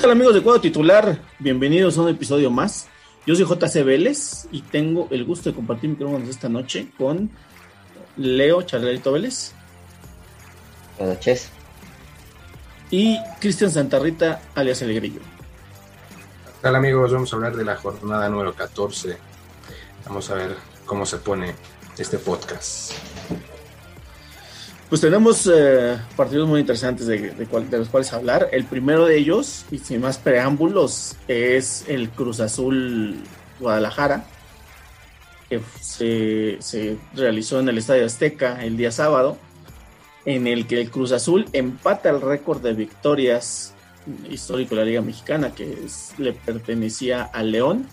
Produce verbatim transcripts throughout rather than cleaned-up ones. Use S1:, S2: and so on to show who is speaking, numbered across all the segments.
S1: Hola amigos de Cuadro Titular, bienvenidos a un episodio más. Yo soy J C Vélez y tengo el gusto de compartir micrófonos esta noche con Leo Charlerito Vélez.
S2: Buenas noches.
S1: Y Cristian Santarrita, alias El Grillo.
S3: ¿Qué tal amigos? Vamos a hablar de la jornada número catorce. Vamos a ver cómo se pone este podcast.
S1: Pues tenemos eh, partidos muy interesantes de, de, cual, de los cuales hablar. El primero de ellos, y sin más preámbulos, es el Cruz Azul Guadalajara, que se, se realizó en el Estadio Azteca el día sábado, en el que el Cruz Azul empata el récord de victorias histórico de la Liga Mexicana, que es, le pertenecía al León,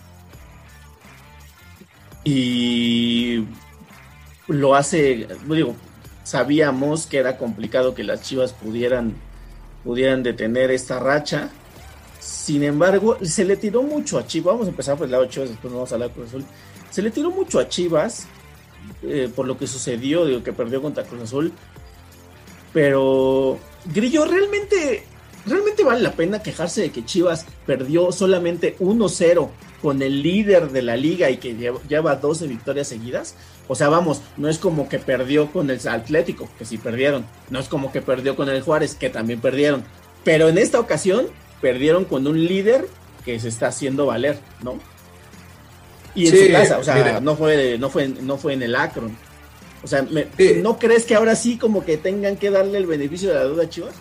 S1: y lo hace, digo, sabíamos que era complicado que las Chivas pudieran, pudieran detener esta racha. Sin embargo, se le tiró mucho a Chivas. Vamos a empezar por el lado de Chivas, después vamos a hablar de Cruz Azul. Se le tiró mucho a Chivas eh, por lo que sucedió, digo, que perdió contra Cruz Azul. Pero, Grillo, realmente, realmente vale la pena quejarse de que Chivas perdió solamente uno cero con el líder de la liga y que lleva, lleva doce victorias seguidas. O sea, vamos, no es como que perdió con el Atlético, que sí perdieron. No es como que perdió con el Juárez, que también perdieron. Pero en esta ocasión, perdieron con un líder que se está haciendo valer, ¿no? Y en sí, su casa, o sea, no fue, no, fue, no fue en el Akron. O sea, me, sí. ¿no crees que ahora sí como que tengan que darle el beneficio de la duda a Chivas?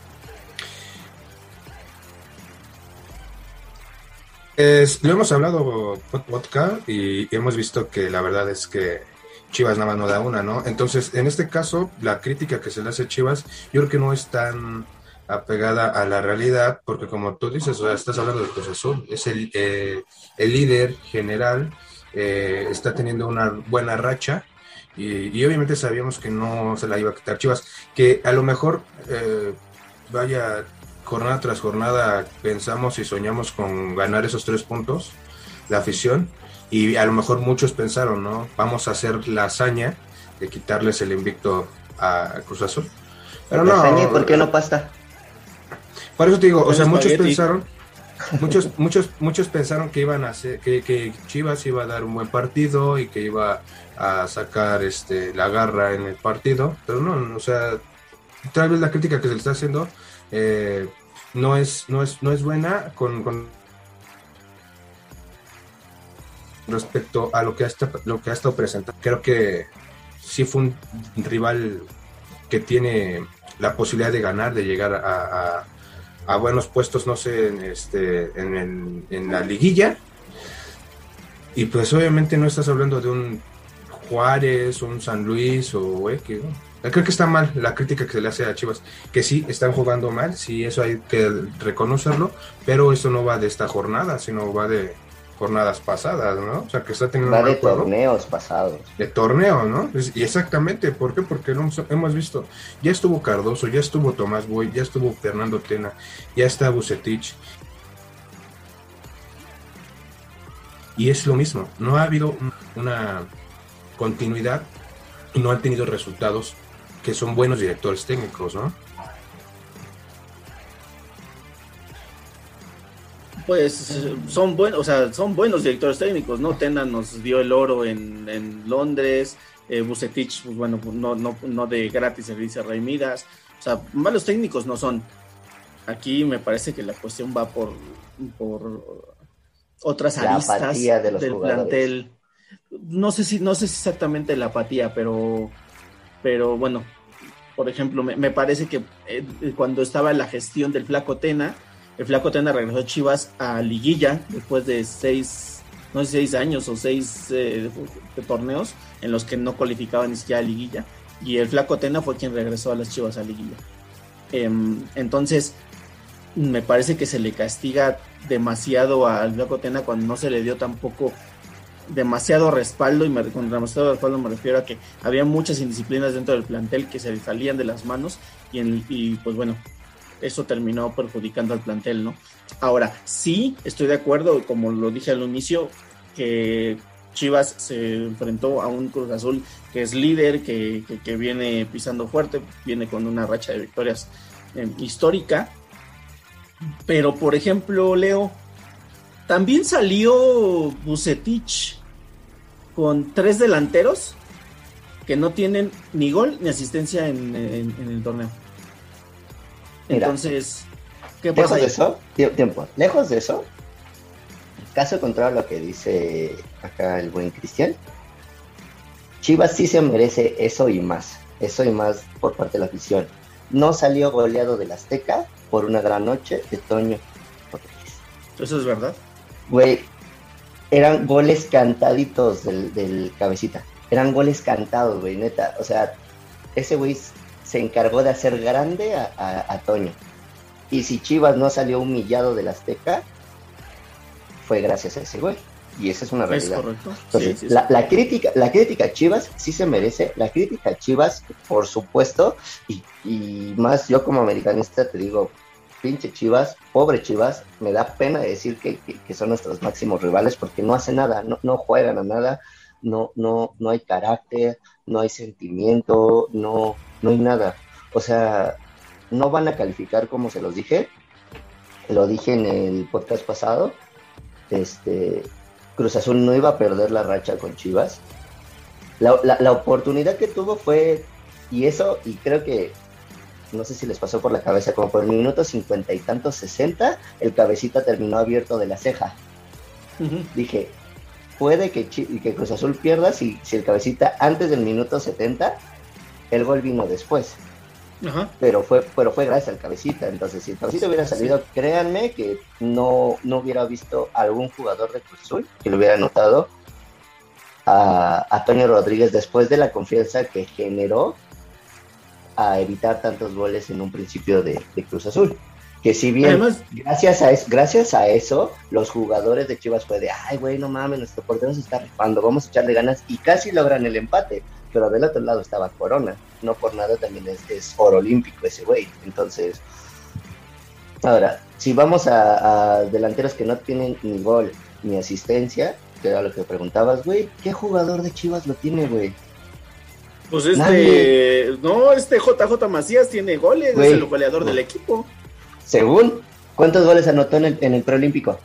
S3: Es, lo hemos hablado podcast y hemos visto que la verdad es que Chivas nada más no da una, ¿no? Entonces, en este caso, la crítica que se le hace a Chivas, yo creo que no es tan apegada a la realidad, porque como tú dices, o sea, estás hablando de Cruz Azul, es el, eh, el líder general, eh, está teniendo una buena racha, y, y obviamente sabíamos que no se la iba a quitar Chivas, que a lo mejor, eh, vaya, jornada tras jornada pensamos y soñamos con ganar esos tres puntos, la afición, y a lo mejor muchos pensaron, ¿no? Vamos a hacer la hazaña de quitarles el invicto a Cruz Azul. Pero
S2: ¿La
S3: no.
S2: hazaña? ¿Por qué no pasta?
S3: Por eso te digo, o sea, muchos pensaron, muchos, muchos, muchos pensaron que iban a hacer, que, que Chivas iba a dar un buen partido y que iba a sacar este la garra en el partido, pero no, o sea, tal vez la crítica que se le está haciendo eh, no es, no es, no es buena con, con respecto a lo que ha estado, lo que ha estado presentando. Creo que sí fue un rival que tiene la posibilidad de ganar, de llegar a, a, a buenos puestos, no sé, en, este, en, el, en la liguilla. Y pues obviamente no estás hablando de un Juárez, un San Luis o X, ¿no? Creo que está mal la crítica que se le hace a Chivas, que sí están jugando mal, sí, eso hay que reconocerlo, pero eso no va de esta jornada, sino va de jornadas pasadas, ¿no? O sea, que está teniendo
S2: va
S3: un
S2: de
S3: juego,
S2: torneos pasados.
S3: De torneo, ¿no? Y exactamente, ¿por qué? Porque no, hemos visto, ya estuvo Cardoso, ya estuvo Tomás Boy, ya estuvo Fernando Tena, ya está Vucetich. Y es lo mismo, no ha habido una continuidad y no han tenido resultados que son buenos directores técnicos, ¿no?
S1: Pues son buenos, o sea, son buenos directores técnicos, ¿no? Tena nos dio el oro en, en Londres, eh, Vucetich, pues bueno, no, no, no de gratis se dice Rey Midas, o sea, malos técnicos no son. Aquí me parece que la cuestión va por, por otras
S2: la
S1: aristas
S2: apatía de los
S1: del
S2: jugadores.
S1: plantel. No sé si, no sé si exactamente la apatía, pero, pero bueno, por ejemplo, me, me parece que eh, cuando estaba la gestión del Flaco Tena, el Flaco Tena regresó a Chivas a liguilla después de seis, no sé, seis años o seis eh, de torneos en los que no cualificaba ni siquiera a liguilla, y el Flaco Tena fue quien regresó a las Chivas a liguilla. Eh, entonces, me parece que se le castiga demasiado al Flaco Tena cuando no se le dio tampoco demasiado respaldo, y me, con demasiado respaldo me refiero a que había muchas indisciplinas dentro del plantel que se le salían de las manos, y, en, y pues bueno, eso terminó perjudicando al plantel, ¿no? Ahora, sí, estoy de acuerdo, como lo dije al inicio, que Chivas se enfrentó a un Cruz Azul que es líder, que, que, que viene pisando fuerte, viene con una racha de victorias eh, histórica, Pero, por ejemplo, Leo, también salió Vucetich con tres delanteros que no tienen ni gol ni asistencia en, en, en el torneo.
S2: Mira,
S1: entonces, ¿qué
S2: lejos
S1: pasa ahí?
S2: de eso, tiempo, lejos de eso, caso contrario a lo que dice acá el buen Cristian, Chivas sí se merece eso y más, eso y más por parte de la afición. No salió goleado del Azteca por una gran noche de Toño Rodríguez.
S1: Eso es verdad.
S2: Güey, eran goles cantaditos del, del Cabecita, eran goles cantados, güey, neta, o sea, ese güey se encargó de hacer grande a, a, a Toño. Y si Chivas no salió humillado del Azteca, fue gracias a ese güey. Y esa es una realidad.
S1: Es correcto.
S2: Entonces,
S1: sí, sí,
S2: la,
S1: sí.
S2: la crítica, la crítica a Chivas sí se merece, la crítica a Chivas, por supuesto, y, y más yo como americanista te digo, pinche Chivas, pobre Chivas, me da pena decir que, que, que son nuestros máximos rivales porque no hacen nada, no, no juegan a nada, no, no, no hay carácter, no hay sentimiento, no, no hay nada. O sea, no van a calificar como se los dije, lo dije en el podcast pasado, este, Cruz Azul no iba a perder la racha con Chivas. La, la, la oportunidad que tuvo fue, y eso, y creo que, no sé si les pasó por la cabeza, como por el minuto cincuenta y tantos, sesenta, el Cabecita terminó abierto de la ceja. Uh-huh. Dije, puede que, que Cruz Azul pierda si, si el Cabecita antes del minuto setenta, el gol vino después. Uh-huh. Pero fue pero fue gracias al Cabecita. Entonces, si el Cabecita hubiera salido, sí. créanme que no, no hubiera visto a algún jugador de Cruz Azul que lo hubiera notado a, a Toño Rodríguez después de la confianza que generó a evitar tantos goles en un principio de, de Cruz Azul. Que si bien, además, gracias a, es, gracias a eso, los jugadores de Chivas fue de, ay, güey, no mames, nuestro portero se está rifando, vamos a echarle ganas, y casi logran el empate, pero del otro lado estaba Corona, no por nada también es, es oro olímpico ese güey. Entonces, ahora, si vamos a, a delanteros que no tienen ni gol ni asistencia, que era lo que preguntabas, güey, ¿qué jugador de Chivas lo tiene, güey?
S1: Pues este, Nadie. no, este J J Macías tiene goles, güey, es el goleador no. del equipo.
S2: Según, ¿cuántos goles anotó en el, en el preolímpico?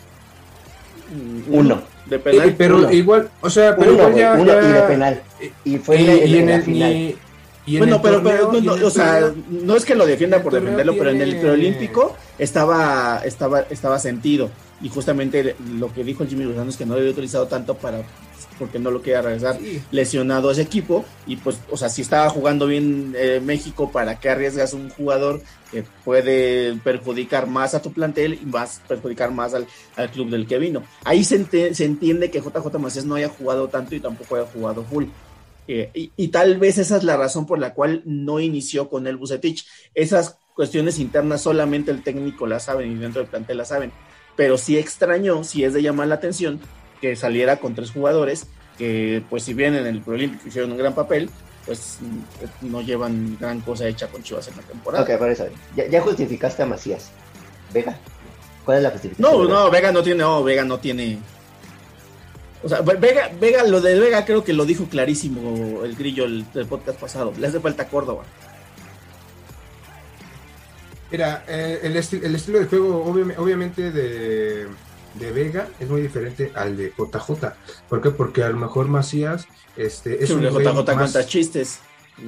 S1: Uno. Uno. De penal.
S3: Eh, pero
S1: uno.
S3: igual, o sea, pero
S2: uno,
S3: igual ya,
S2: uno
S3: ya...
S2: y de penal. Y fue
S3: y,
S2: en, en,
S3: y en,
S2: en
S3: el,
S2: la final.
S3: Y, y en
S1: bueno,
S3: el
S1: pero,
S3: torneo,
S1: pero no, no, o sea,
S3: torneo,
S1: no es que lo defienda por defenderlo,
S3: tiene...
S1: pero en el preolímpico estaba, estaba, estaba sentido. Y justamente lo que dijo el Jimmy Lozano es que no lo había utilizado tanto para porque no lo quería regresar sí. lesionado a ese equipo, y pues, o sea, si estaba jugando bien eh, México, ¿para qué arriesgas un jugador que puede perjudicar más a tu plantel y más perjudicar más al, al club del que vino? Ahí se, ente, se entiende que J J Macías no haya jugado tanto y tampoco haya jugado full. Eh, y, y tal vez esa es la razón por la cual no inició con el Vucetich. Esas cuestiones internas solamente el técnico las saben y dentro del plantel las saben, pero sí extrañó, sí es de llamar la atención que saliera con tres jugadores que, pues, si bien en el Preolímpico hicieron un gran papel, pues no llevan gran cosa hecha con Chivas en la temporada.
S2: Ok, por eso, ya, ya justificaste a Macías. Vega, ¿cuál es la justificación?
S1: No, no, Vega no tiene, no, Vega no tiene. O sea, Vega, Vega, lo de Vega creo que lo dijo clarísimo el Grillo el, el podcast pasado. Le hace falta Córdoba.
S3: Mira, eh, el, esti- el estilo de juego, obvi- obviamente, de, de Vega es muy diferente al de J J. ¿Por qué? Porque a lo mejor Macías este, es
S1: sí,
S3: un
S1: de J J
S3: más...
S1: cuenta chistes.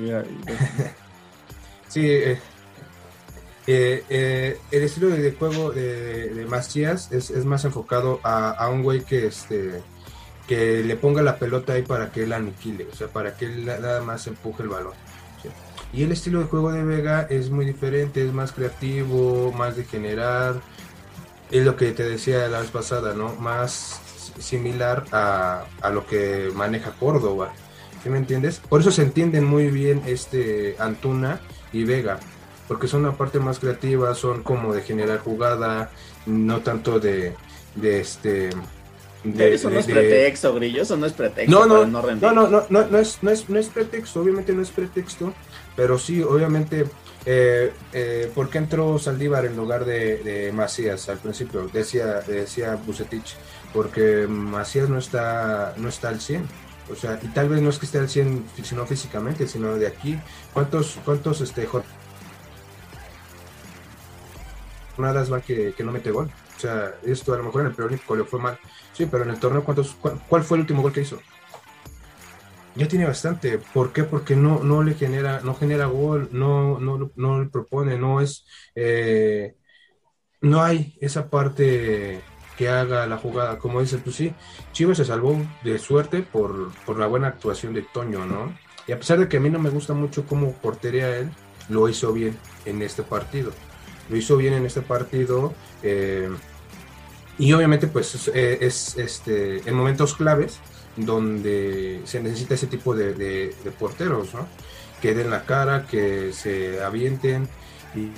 S3: sí, eh, eh, eh, el estilo de juego de, de Macías es, es más enfocado a, a un güey que este que le ponga la pelota ahí para que él aniquile, o sea, para que él nada más empuje el balón. ¿Sí? Y el estilo de juego de Vega es muy diferente, es más creativo, más de generar, es lo que te decía la vez pasada, ¿no? Más similar a, a lo que maneja Córdoba, ¿sí me entiendes? Por eso se entienden muy bien este Antuna y Vega, porque son una parte más creativa, son como de generar jugada, no tanto de, de este...
S1: De, eso no de, es pretexto, Grillo, eso no es pretexto.
S3: No, no,
S1: no,
S3: no, no, no, no, no, es, no, es, no es pretexto, obviamente no es pretexto, pero sí, obviamente, eh, eh, ¿por qué entró Saldívar en lugar de, de Macías al principio? Decía, decía Vucetich, porque Macías no está, no está al cien, o sea, y tal vez no es que esté al cien, sino físicamente, sino de aquí, ¿cuántos, cuántos, este, jornadas va que, que no mete gol. O sea, esto a lo mejor en el preolímpico le fue mal. Sí, pero en el torneo, ¿cuántos, cuál, ¿cuál fue el último gol que hizo? Ya tiene bastante. ¿Por qué? Porque no, no le genera, no genera gol, no, no, no le propone, no es, eh, no hay esa parte que haga la jugada. Como dices, pues sí, Chivas se salvó de suerte por, por la buena actuación de Toño, ¿no? Y a pesar de que a mí no me gusta mucho cómo porterea él, lo hizo bien en este partido. Lo hizo bien en este partido. Eh, y obviamente, pues, es, es este, en momentos claves donde se necesita ese tipo de, de, de porteros, ¿no? Que den la cara, que se avienten y,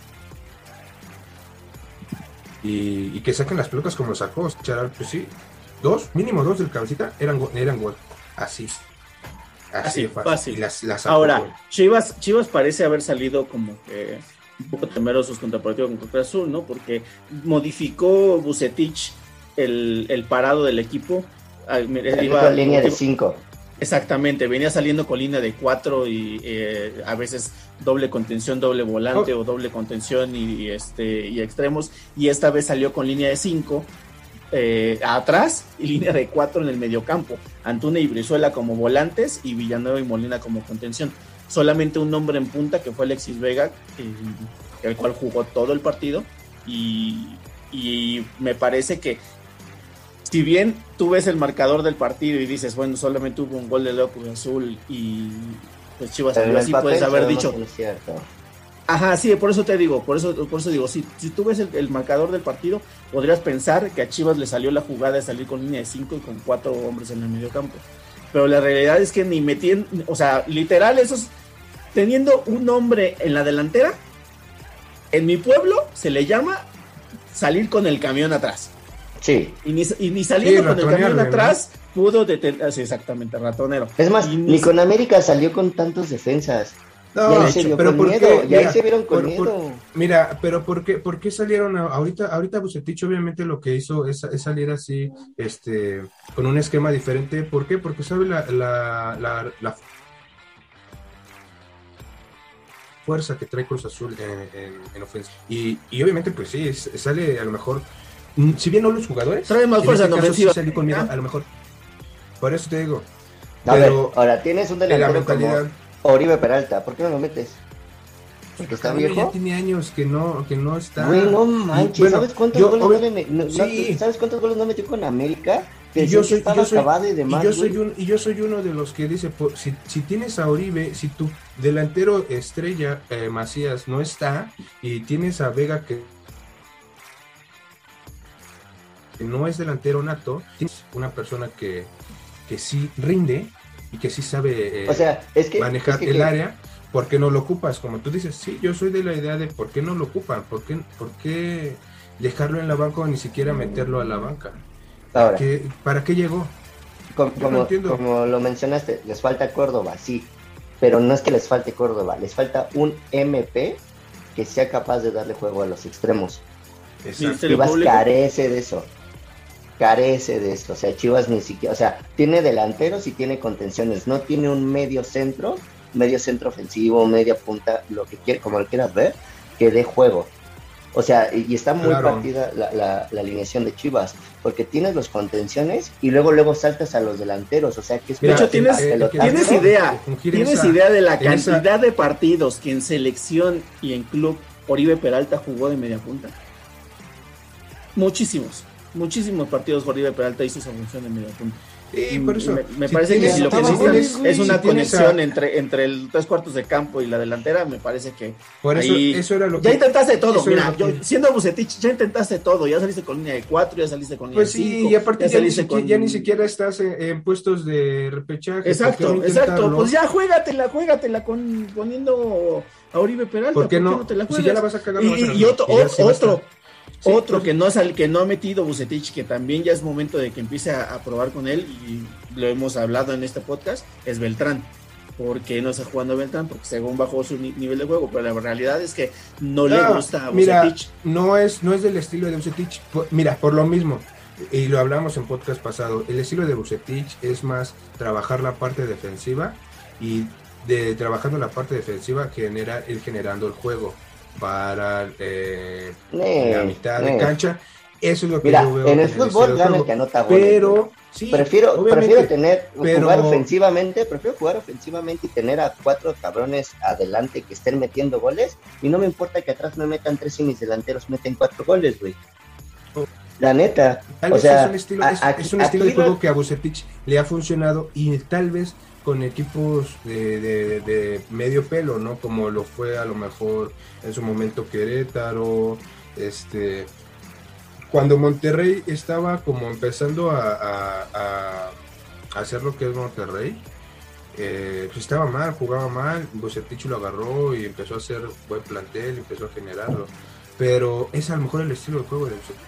S3: y, y que saquen las pelotas como lo sacó Charal. Pues sí, dos, mínimo dos del cabecita eran, eran gol. Así. Así de fácil. fácil. Y las, las
S1: Ahora, gol. Chivas, Chivas parece haber salido como que un poco temerosos contra el partido con Cruz Azul, ¿no? Porque modificó Vucetich el, el parado del equipo.
S2: Iba con línea de cinco.
S1: Exactamente, venía saliendo con línea de cuatro y eh, a veces doble contención, doble volante oh. o doble contención y, y, este, y extremos. Y esta vez salió con línea de cinco eh, atrás y línea de cuatro en el mediocampo. Antuna y Brizuela como volantes y Villanueva y Molina como contención. Solamente un hombre en punta que fue Alexis Vega, eh, el cual jugó todo el partido y, y me parece que si bien tú ves el marcador del partido y dices, bueno, solamente hubo un gol de Leo Cruz Azul y pues Chivas salió así, puedes haber dicho. Ajá, sí, por eso te digo, por eso, por eso digo, si, si tú ves el, el marcador del partido, podrías pensar que a Chivas le salió la jugada de salir con línea de cinco y con cuatro hombres en el mediocampo. Pero la realidad es que ni metían, o sea, literal, esos, teniendo un hombre en la delantera, en mi pueblo se le llama salir con el camión atrás.
S2: Sí.
S1: Y ni, y ni saliendo sí, con el camión atrás, ¿no? Pudo detener, sí, exactamente, ratonero.
S2: Es más,
S1: y
S2: ni, ni con América salió con tantos defensas.
S3: No,
S2: y ahí se vio pero con miedo, qué, y ahí se vieron con
S3: por,
S2: miedo.
S3: Por, mira, pero ¿por qué, por qué salieron a, ahorita? Ahorita Vucetich obviamente lo que hizo es, es salir así, este, con un esquema diferente. ¿Por qué? Porque sabe la, la, la, la fuerza que trae Cruz Azul en, en, en ofensa. Y, y obviamente, pues sí, es, sale a lo mejor, si bien no los jugadores,
S1: trae más fuerza en ofensiva.
S3: Sí con miedo, a lo mejor. Por eso te digo.
S2: A pero ver, ahora tienes un delantero como Oribe Peralta, ¿por qué no lo metes? ¿Porque está viejo?
S3: Ya tiene años que no, que no está.
S2: Güey, no manches, bueno, ¿sabes cuántos yo, goles no, me, no, sí. ¿Sabes cuántos goles no metió con América?
S3: Y yo, soy, yo, soy, y, demás, yo soy un, y yo soy uno de los que dice, por, si, si tienes a Oribe, si tu delantero estrella eh, Macías no está, y tienes a Vega que no es delantero nato, tienes una persona que, que sí rinde y que sí sabe eh,
S2: o sea, es que,
S3: manejar
S2: es que,
S3: el
S2: que...
S3: área. ¿Por qué no lo ocupas? Como tú dices, sí, yo soy de la idea de por qué no lo ocupan, por qué, por qué dejarlo en la banca o ni siquiera meterlo a la banca.
S2: Ahora,
S3: ¿Qué, ¿Para qué llegó?
S2: Como, como, como lo mencionaste, les falta Córdoba, sí, pero no es que les falte Córdoba, les falta un M P que sea capaz de darle juego a los extremos.
S3: Exacto.
S2: Chivas carece de eso, carece de esto, o sea, Chivas ni siquiera, o sea, tiene delanteros y tiene contenciones, no tiene un medio centro, medio centro ofensivo, media punta, lo que quiera, como lo quieras ver, que dé juego. O sea, y está muy claro. partida la, la, la alineación de Chivas, porque tienes los contenciones y luego luego saltas a los delanteros, o sea, que es
S1: de hecho tienes, eh, tienes idea, tienes esa, idea de la cantidad esa... de partidos que en selección y en club Oribe Peralta jugó de media punta. Muchísimos, muchísimos partidos Oribe Peralta hizo esa función de media punta.
S3: Sí, por eso.
S1: Me, me si parece que si lo que necesitas es una si conexión a... entre, entre el tres cuartos de campo y la delantera, me parece que
S3: por eso,
S1: ahí...
S3: eso era lo que...
S1: Ya intentaste todo, mira, yo, siendo Vucetich, ya intentaste todo, ya saliste con línea de cuatro, ya saliste con línea
S3: pues
S1: de cinco.
S3: Pues sí, y aparte ya, ya, ni siquiera,
S1: con...
S3: ya ni siquiera estás en, en puestos de repechaje.
S1: Exacto, no exacto, pues ya juégatela, juégatela con, poniendo a Oribe Peralta.
S3: ¿Por qué no?
S1: ¿Por qué no te la juegas?
S3: Si ya la vas a cagar,
S1: y,
S3: no vas a
S1: y, y otro, o,
S3: si
S1: otro...
S3: Sí,
S1: Otro
S3: pues,
S1: que no sal, que no ha metido Vucetich, que también ya es momento de que empiece a, a probar con él, y lo hemos hablado en este podcast, es Beltrán. ¿Por qué no está jugando Beltrán? Porque según bajó su ni- nivel de juego, pero la realidad es que no, no le gusta a Vucetich.
S3: No es, no es del estilo de Vucetich. Mira, por lo mismo, y lo hablamos en podcast pasado, el estilo de Vucetich es más trabajar la parte defensiva y de trabajando la parte defensiva genera ir generando el juego. para eh,
S2: Nee,
S3: la mitad
S2: nee.
S3: de cancha. Eso es lo que
S2: Mira,
S3: yo veo
S2: en el
S3: estilo
S2: fútbol
S3: de
S2: gana
S3: juego.
S2: el que anota goles.
S3: Pero,
S2: güey.
S3: sí,
S2: prefiero,
S3: obviamente,
S2: prefiero tener,
S3: pero-
S2: jugar ofensivamente, prefiero jugar ofensivamente y tener a cuatro cabrones adelante que estén metiendo goles, y no me importa que atrás me metan tres y mis delanteros meten cuatro goles, güey. La neta.
S3: Tal
S2: o
S3: vez
S2: sea,
S3: es un estilo,
S2: a-
S3: es,
S2: aquí-
S3: es un estilo de
S2: aquí no-
S3: juego que a Vucetich le ha funcionado y tal vez con equipos de, de- de medio pelo, ¿no? Como lo fue a lo mejor en su momento Querétaro, este... Cuando Monterrey estaba como empezando a, a- a- a hacer lo que es Monterrey, eh, pues estaba mal, jugaba mal, Vucetich lo agarró y empezó a hacer buen plantel, empezó a generarlo. Pero es a lo mejor el estilo de juego de Vucetich,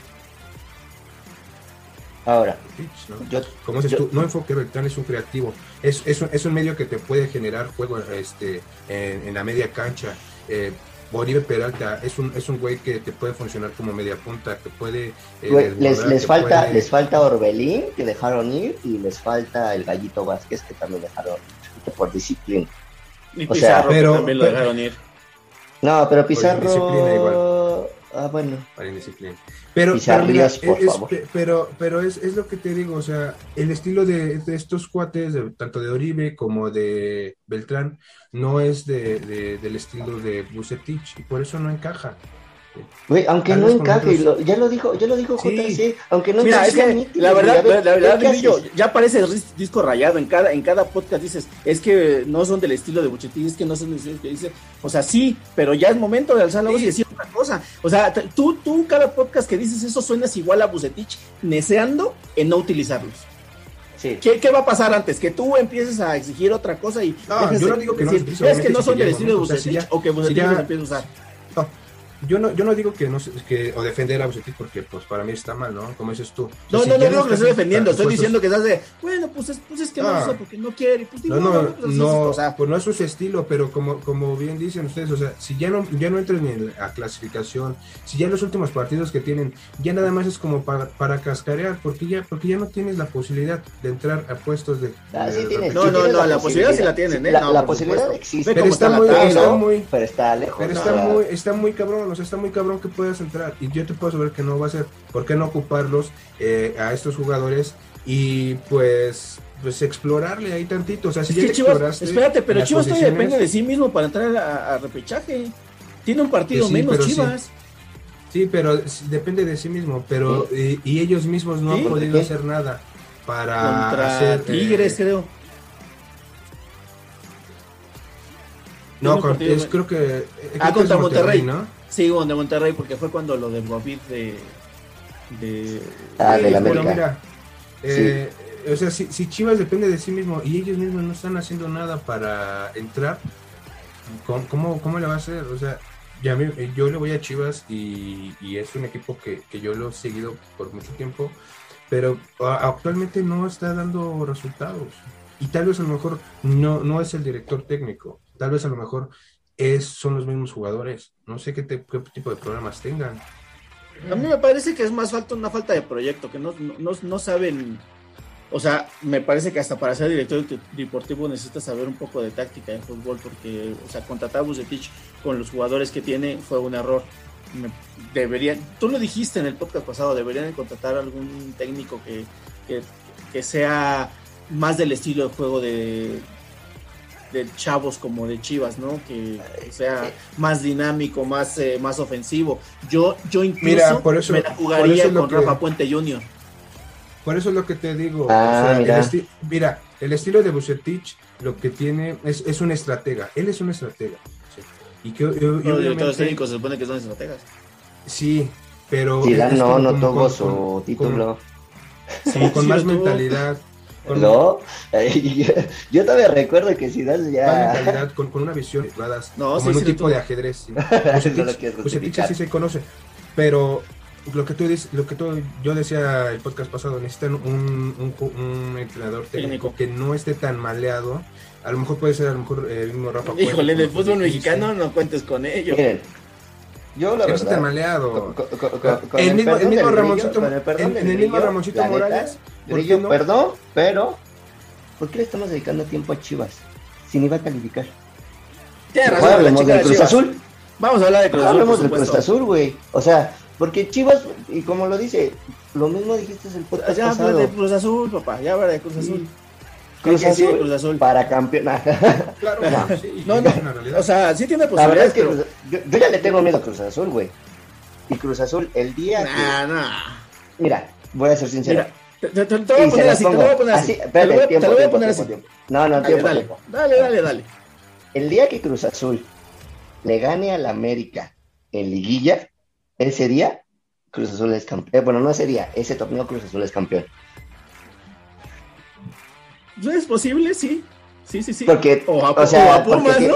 S2: Ahora,
S3: ¿no?
S2: yo,
S3: Como dices
S2: yo-
S3: tú, no enfoque Beltrán es un creativo, es, es, un, es un medio que te puede generar juego este, en, en la media cancha. Eh, Bolívar Peralta es un, es un güey que te puede funcionar como media punta, que puede... eh,
S2: güey, les,
S3: desbordar,
S2: les
S3: que
S2: falta,
S3: puede-
S2: les falta Orbelín, que dejaron ir, y les falta el Gallito Vázquez, que también dejaron ir por disciplina.
S1: Y
S2: O sea,
S1: Pizarro, que
S3: pero-
S1: también lo
S3: pero-
S1: dejaron ir.
S2: No, pero
S3: indisciplina
S2: Pizarro... Ah, bueno.
S3: para indisciplina. Pero, pero,
S2: Pizarrías,
S3: mira,
S2: por
S3: es-
S2: favor.
S3: pe- pero, pero es, es lo que te digo, o sea, el estilo de, de estos cuates, de- tanto de Oribe como de Beltrán, no es de, de- del estilo de Vucetich y por eso no encaja.
S2: Güey, aunque
S3: Tal
S2: no
S3: vez con
S2: encaje, y
S3: otros-
S2: lo- ya lo dijo, ya lo dijo
S3: Sí.
S2: J C, aunque no
S1: Mira, es
S2: encaje,
S1: que
S2: admítelo,
S1: la
S2: güey,
S1: verdad,
S2: a ver,
S1: la verdad,
S2: ¿qué
S1: Emilio,
S2: haces?
S1: ya parece ris- disco rayado. En cada, en cada podcast dices, es que no son del estilo de Bucetich, es que no son del estilo que dice. O sea, sí, pero ya es momento de alzar la voz y decir otra cosa. O sea, t- tú, tú, cada podcast que dices eso suenas igual a Bucetich, neceando en no utilizarlos.
S2: Sí.
S1: ¿Qué, ¿Qué va a pasar antes? Que tú empieces a exigir otra cosa y
S3: No,
S1: dejes
S3: yo
S1: de
S3: no digo que no
S1: decir,
S3: se utilice,
S1: es que no
S3: obviamente,
S1: son
S3: si
S1: del
S3: llega
S1: estilo de
S3: un momento, o sea,
S1: Bucetich
S3: si ya-
S1: o que Bucetich
S3: si ya-
S1: los empieza a usar.
S3: No, yo no, yo no digo que no se- que o defender a Vucetich porque pues para mí está mal, ¿no? Como dices tú. O sea,
S1: No,
S3: si
S1: no, no
S3: ya
S1: digo que lo
S3: estás
S1: estoy defendiendo, estoy
S3: puestos-
S1: diciendo que estás de, bueno, pues es, pues es que no lo
S3: Ah.
S1: usa porque no quiere, pues digo,
S3: No, no,
S1: pues así es,
S3: no,
S1: o sea,
S3: pues no es su estilo, pero como, como bien dicen ustedes, o sea, si ya no, ya no entran en la clasificación, si ya los últimos partidos que tienen, ya nada más es como para, para cascarear, porque ya, porque ya no tienes la posibilidad de entrar a puestos de...
S2: Ah, sí
S3: de-
S2: tienes,
S1: No,
S2: sí
S1: no,
S2: tienes
S1: no, la posibilidad sí la tienen, ¿eh?
S2: La,
S1: No,
S2: la
S1: por
S2: posibilidad
S1: supuesto.
S2: existe,
S1: Ve
S3: Pero
S1: cómo
S3: está
S1: está
S3: muy,
S1: la tabla.
S3: está
S2: pero,
S3: muy,
S2: pero está lejos.
S3: pero
S2: o
S3: está
S2: sea,
S3: muy, está muy cabrón, o sea, está muy cabrón que puedas entrar, y yo te puedo saber que no va a ser, ¿por qué no ocuparlos eh, a estos jugadores y pues... pues explorarle ahí tantito, o sea, si
S1: Es
S3: ya
S1: que
S3: le
S1: Chivas,
S3: exploraste
S1: espérate, pero
S3: las
S1: Chivas todavía
S3: posiciones-
S1: depende de sí mismo para entrar a, a repechaje. Tiene un partido
S3: Pues sí,
S1: menos
S3: pero sí.
S1: Chivas.
S3: Sí, pero s- depende de sí mismo, pero y, y ellos mismos no
S1: ¿Sí?
S3: han podido
S2: ¿Qué?
S3: hacer nada para
S1: Contra
S3: hacer eh,
S1: Tigres, creo.
S3: no,
S1: Tiene un
S3: con-
S1: partido
S3: es,
S1: men-
S3: creo que eh, creo
S1: Ah,
S3: que
S1: contra
S3: es
S1: Monterrey.
S3: ¿no?
S1: Sí, de Monterrey, porque fue cuando lo de Bobit de. de
S2: Ah,
S3: Sí,
S2: del
S3: pero
S2: América.
S3: mira, eh, o sea, si, si Chivas depende de sí mismo y ellos mismos no están haciendo nada para entrar, ¿cómo, cómo, cómo le va a hacer? O sea, ya me- yo le voy a Chivas y, y es un equipo que, que yo lo he seguido por mucho tiempo, pero a- actualmente no está dando resultados. Y tal vez a lo mejor no, no es el director técnico, tal vez a lo mejor es, son los mismos jugadores. No sé qué, te- qué tipo de problemas tengan.
S1: A mí me parece que es más falta una falta de proyecto, que no, no, no- no saben. O sea, me parece que hasta para ser director deportivo necesitas saber un poco de táctica de fútbol, porque, o sea, contratar a Vucetich con los jugadores que tiene fue un error. Me- deberían, tú lo dijiste en el podcast pasado, deberían contratar algún técnico que, que, que sea más del estilo de juego de, de chavos como de Chivas, ¿no? Que sea más dinámico, más, eh, más ofensivo. Yo, yo incluso
S3: Mira, por eso-
S1: me la
S3: por
S1: jugaría
S3: eso es lo
S1: con
S3: que-
S1: Rafa Puente junior
S3: Por eso es lo que te digo.
S2: Ah,
S3: o sea,
S2: mira.
S3: El esti- mira, el estilo de Vucetich lo que tiene es, es un estratega. Él es un estratega. Sí. Y que y- y
S1: Los directores
S3: obviamente-
S1: técnicos se supone que son estrategas.
S3: Sí, pero
S2: Zidane
S3: es
S2: no,
S3: como-
S2: no
S3: como
S2: tuvo
S3: con-
S2: su
S3: con-
S2: título.
S3: como con
S1: Sí,
S3: más
S1: lo tuvo.
S3: mentalidad. Con
S2: ¿No? yo, yo todavía recuerdo que Zidane
S3: más
S2: ya...
S3: mentalidad, con, con una visión jugadas,
S1: No,
S3: como
S1: sí,
S3: en un
S1: sí lo
S3: tipo
S1: tuvo.
S3: de ajedrez. ¿sí?
S2: No lo
S3: Vucetich,
S2: quieres
S3: Vucetich
S2: justificar.
S3: sí se conoce, pero lo que tú dices, lo que tú, yo decía el podcast pasado, necesitan un, un, ju- un entrenador técnico,
S1: Técnico.
S3: que no esté tan maleado. A lo mejor puede ser a lo mejor eh, el mismo Rafa Puente,
S1: Híjole, en el
S3: como
S1: fútbol
S3: tú dijiste.
S1: mexicano no cuentes con ello.
S2: Miren, yo la
S3: Que no esté
S2: verdad...
S3: tan maleado.
S2: con- con- con- con
S3: El mismo- el
S2: perdón
S3: mismo
S2: del
S3: Ramoncito-
S2: Grillo, con el perdón
S3: en-
S2: del
S3: en el mismo
S2: Grillo,
S3: Ramoncito
S2: la neta,
S3: Morales, ¿por
S2: Grillo,
S3: qué no?
S2: perdón, pero ¿por qué le estamos dedicando tiempo a Chivas? Si ni va a calificar.
S1: Tienes
S2: Mejor
S1: razón, la
S2: hablemos
S1: chica
S2: del
S1: de
S2: Cruz
S1: Chivas.
S2: Azul.
S1: Vamos a hablar de Cruz Azul.
S2: Hablamos del Cruz Azul, güey. O sea, porque Chivas, y como lo dice, lo mismo dijiste el podcast
S1: Ya
S2: pasado.
S1: habla de Cruz Azul, papá, ya habla de Cruz Azul.
S2: Cruz
S1: ¿Qué
S2: Azul,
S1: quiere Cruz Azul?
S2: para campeón.
S3: Claro,
S2: No.
S3: sí,
S1: No,
S3: es
S1: no,
S3: una realidad.
S1: o sea, sí tiene
S2: La verdad es
S1: posibilidades,
S2: que
S1: pero...
S2: Cruz- yo, yo ya le tengo miedo a Cruz Azul, güey. Y Cruz Azul, el día
S1: Nah, nah.
S2: que... Mira, voy a ser sincero.
S1: Mira, te, te- te- te voy a
S2: Y se
S1: poner
S2: las
S1: así, te lo
S2: pongo.
S1: voy a poner así.
S2: Así,
S1: Te lo
S2: espérate,
S1: voy a-
S2: tiempo,
S1: te lo voy a
S2: tiempo,
S1: poner
S2: tiempo,
S1: así.
S2: tiempo. No, no,
S1: Dale,
S2: tiempo,
S1: dale,
S2: tiempo.
S1: dale, dale, dale.
S2: El día que Cruz Azul le gane al América en liguilla, ese día Cruz Azul es campeón. Eh, bueno, no ese día, ese torneo Cruz Azul es campeón.
S1: ¿Es posible? Sí. Sí, sí, sí.
S2: Porque,
S1: o a,
S2: o sea,
S1: o a Pumas,
S2: porque-
S1: ¿no?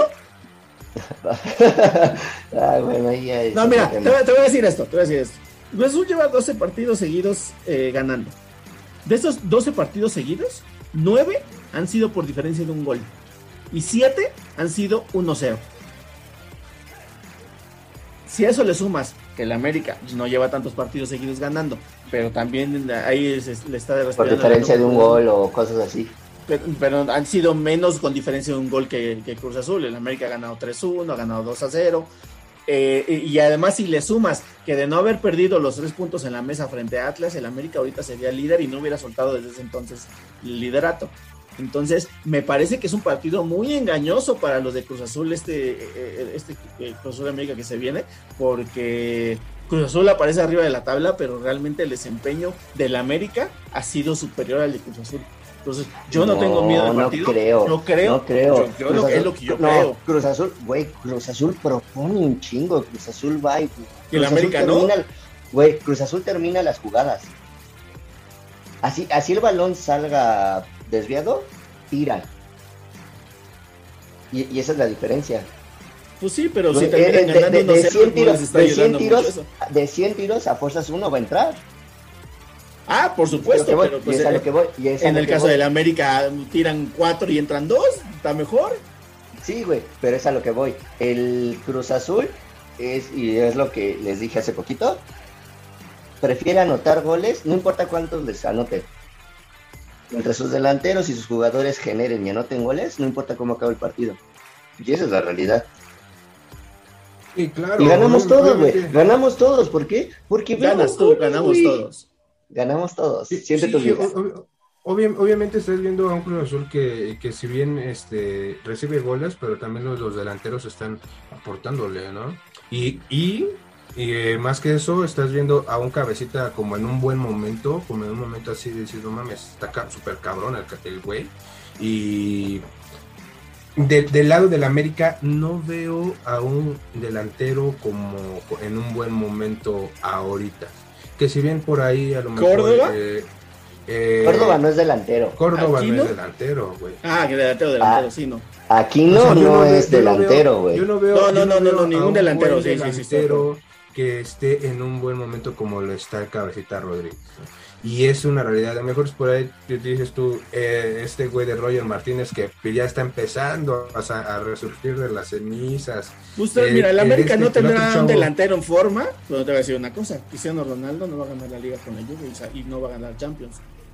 S2: Ah, bueno, ahí ya es
S1: No,
S2: otro
S1: mira, te,
S2: tema.
S1: voy- te voy a decir esto, te voy a decir esto. Cruz Azul lleva doce partidos seguidos eh, ganando. De esos doce partidos seguidos, nueve han sido por diferencia de un gol. Y siete han sido uno cero. Si a eso le sumas que el América no lleva tantos partidos seguidos ganando, pero también ahí se- le está
S2: Por
S1: respirando
S2: diferencia
S1: la-
S2: de un gol o cosas así.
S1: Pero, pero han sido menos con diferencia de un gol que, que Cruz Azul. El América ha ganado tres uno, ha ganado dos a cero. Eh, y, y además, si le sumas que de no haber perdido los tres puntos en la mesa frente a Atlas, el América ahorita sería líder y no hubiera soltado desde ese entonces el liderato. Entonces, me parece que es un partido muy engañoso para los de Cruz Azul, este, eh, este eh, Cruz Azul América que se viene, porque Cruz Azul aparece arriba de la tabla, pero realmente el desempeño del América ha sido superior al de Cruz Azul. Entonces, yo no,
S2: No,
S1: tengo miedo al
S2: no
S1: partido.
S2: creo,
S1: Yo creo.
S2: no creo.
S1: Yo, yo
S2: Cruz
S1: lo,
S2: Azul-
S1: es lo que yo
S2: no,
S1: creo.
S2: Cruz Azul, güey, Cruz Azul propone un chingo. Cruz Azul va y.
S1: ¿Y el
S2: Cruz Azul
S1: América no?
S2: termina- Güey, Cruz Azul termina las jugadas. Así, así el balón salga desviado, tiran. Y, y esa es la diferencia.
S1: Pues sí, pero
S2: Güey,
S1: si terminan
S2: eh, de,
S1: ganando
S2: de-
S1: uno
S2: de
S1: cero,
S2: cien
S1: no
S2: tiros,
S1: les está
S2: de cien
S1: ayudando mucho
S2: tiros,
S1: eso.
S2: de cien tiros a fuerzas uno va a entrar.
S1: Ah, por supuesto,
S2: Lo que voy,
S1: pero
S2: y
S1: pues,
S2: es a
S1: eh,
S2: lo que voy, y es a
S1: en
S2: lo
S1: el
S2: que
S1: caso
S2: voy.
S1: del América tiran cuatro y entran dos, está mejor.
S2: Sí, güey, pero es a lo que voy. El Cruz Azul es, y es lo que les dije hace poquito, prefiere anotar goles, no importa cuántos les anoten. Entre sus delanteros y sus jugadores generen y anoten goles, no importa cómo acabe el partido. Y esa es la realidad.
S3: Sí, claro.
S2: Y ganamos
S3: obvi-
S2: todos, güey.
S3: obviamente.
S2: Ganamos todos. ¿Por qué? Porque
S1: Ganas tú, ganamos
S2: güey.
S1: todos.
S2: Ganamos todos.
S3: Sí,
S2: Siente
S3: sí,
S2: tus ligas.
S3: ob- obvi- obviamente estás viendo a un Cruz Azul que, que si bien este recibe goles, pero también los, los delanteros están aportándole, ¿no? Y, y, y, eh, más que eso, estás viendo a un Cabecita como en un buen momento, como en un momento así de decir, no mames, está ca- súper cabrón el, ca- el güey. Y de- del lado del América no veo a un delantero como en un buen momento ahorita. Que si bien por ahí a lo mejor...
S1: ¿Córdoba?
S3: eh, eh,
S2: Córdoba no es delantero.
S3: Córdoba
S1: ¿Aquí
S3: no
S1: no?
S3: es delantero, güey.
S1: Ah, que delantero, delantero,
S2: Ah.
S1: sí, no.
S2: Aquí
S3: O
S2: no,
S3: sea, yo
S2: no
S3: veo-
S2: es
S3: yo no
S2: delantero,
S3: veo-
S2: güey.
S3: Yo no veo,
S1: No, no,
S3: yo
S1: no, no,
S3: veo
S1: no,
S3: a
S1: ningún
S3: un
S1: delantero,
S3: buen
S1: sí, sí, sí,
S3: delantero que esté en un buen momento como lo está el Cabecita Rodríguez, ¿no? Y es una realidad. A lo mejor es por ahí te dices tú, eh, este güey de Roger Martínez que ya está empezando a, sa- a resurgir de las cenizas.
S1: Usted,
S3: Eh,
S1: mira, el
S3: el
S1: América
S3: este-
S1: no
S3: el otro
S1: tendrá
S3: chavo-
S1: un delantero en forma, pero te voy a decir una cosa, Cristiano Ronaldo no va a ganar la liga con la Juve y sa- y no va a ganar Champions.